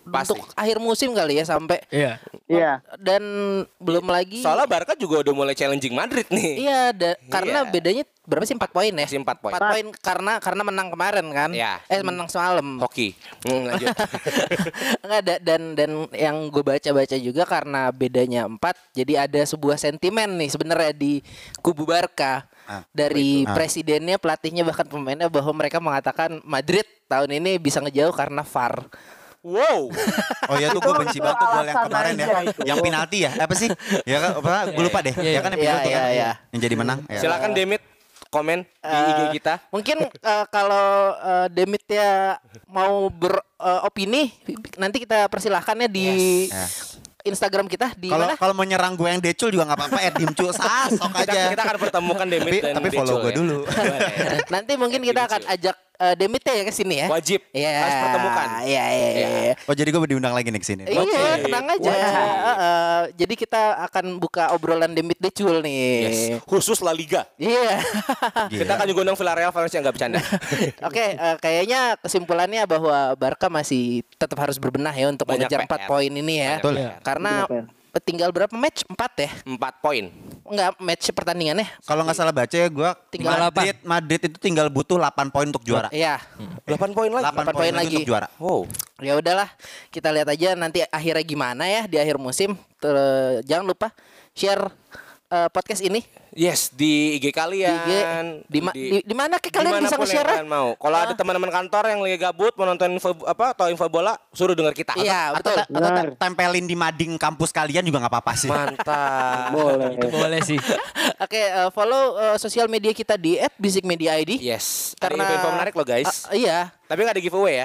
Pasti. untuk akhir musim kali ya sampai. Iya. Iya. Dan belum lagi. Soalnya Barca juga udah mulai challenging Madrid nih. Iya, da- karena Iya. bedanya berapa sih empat poin ya? Masih empat poin. Empat poin karena karena menang kemarin kan? Iya. Eh menang semalam. Hoki. Hmm, lanjut. Enggak ada dan dan yang gue baca-baca juga karena bedanya empat, jadi ada sebuah sentimen nih sebenarnya di kubu Barca Ah, dari Ah. presidennya, pelatihnya bahkan pemainnya bahwa mereka mengatakan Madrid tahun ini bisa ngejauh karena V A R. Wow. Oh ya tuh gue benci banget tuh gol yang alasan kemarin ya. aja itu. Yang penalti ya. Apa sih? Ya kan apa? Gue lupa deh. Ya kan yang Iya, penalti iya, kan. iya. Yang jadi menang. Ya. Silakan Demit komen di I G Eh, kita. Mungkin eh, kalau eh, Demitnya mau beropini, nanti kita persilahkannya di Ya. Instagram kita di Kalau mana? kalau mau nyerang gue yang Decul juga nggak apa-apa. Edim Cu sasok Kita, aja. kita akan pertemukan Demit Tapi- dan tapi follow Decul gue ya. dulu. Boleh. Nanti mungkin kita akan ajak eh, Demitnya ya ke sini ya. Wajib. Iya. Harus pertemukan. Iya, iya, iya. Iya. iya. Oh jadi gue diundang lagi nih kesini. Iya, Wajib. tenang aja. Eh, eh, jadi kita akan buka obrolan Demit Decul nih. Yes. Khusus La Liga. Iya. Kita akan juga undang Villarreal Valencia nggak bercanda. Oke, eh, kayaknya kesimpulannya bahwa Barca masih tetap harus berbenah ya untuk Banyak mengejar P R. empat poin ini ya. Betul. Iya. Karena Banyak tinggal berapa match? Empat ya? Empat poin. Enggak, match pertandingannya. Kalau nggak salah baca ya gue Tinggal Madrid Madrid itu tinggal butuh delapan poin untuk juara. Iya. Delapan poin lagi. delapan delapan poin poin lagi lagi. untuk juara. Wow. Ya udahlah, kita lihat aja nanti akhirnya gimana ya di akhir musim. Ter- jangan lupa share eh, podcast ini Yes, di I G di kalian. I G. Di, ma- di, di mana ke kalian bisa dimanapun yang nge-share? kalian mau. Kalau ada teman-teman kantor yang lagi gabut mau nonton info apa atau info bola, suruh dengar kita. Iya, Atau, betul. atau Benar. tempelin di mading kampus kalian juga nggak apa-apa sih. Mantap. Boleh. Itu boleh sih. Oke, eh, follow eh, sosial media kita di et bisikmedia i d. Yes. Karena Karena info menarik loh guys. Ah, iya. Tapi nggak ada giveaway ya.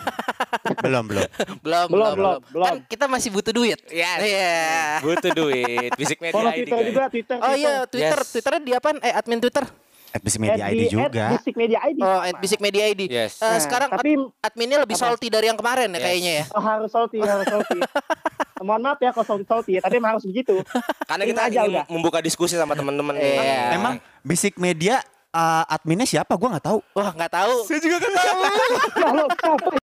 belum belum. Belum, Belum, belum, belum. Kan kita masih butuh duit. Yes. Iya. Butuh duit. Bisik media Follow I D Twitter guys. juga, Twitter. Oh iya, Twitter. Yes. Twitternya di apaan? Eh, admin Twitter. At Bisik Media I D juga. Basic Media I D. Oh, at Bisik Media I D. Yes. Eh, Nah, sekarang tapi- ad- adminnya lebih apa? salty dari yang kemarin ya Yes. kayaknya ya. Oh, harus salty, harus salty. Mohon maaf ya kalau salty-salty ya, tapi emang harus begitu. Karena kita Terima aja ingin udah. membuka diskusi sama teman-teman nih. Iya. Emang Bisik Media uh, adminnya siapa? Gue nggak tahu. Wah, nggak tahu. Saya juga nggak tahu. Kalau siapa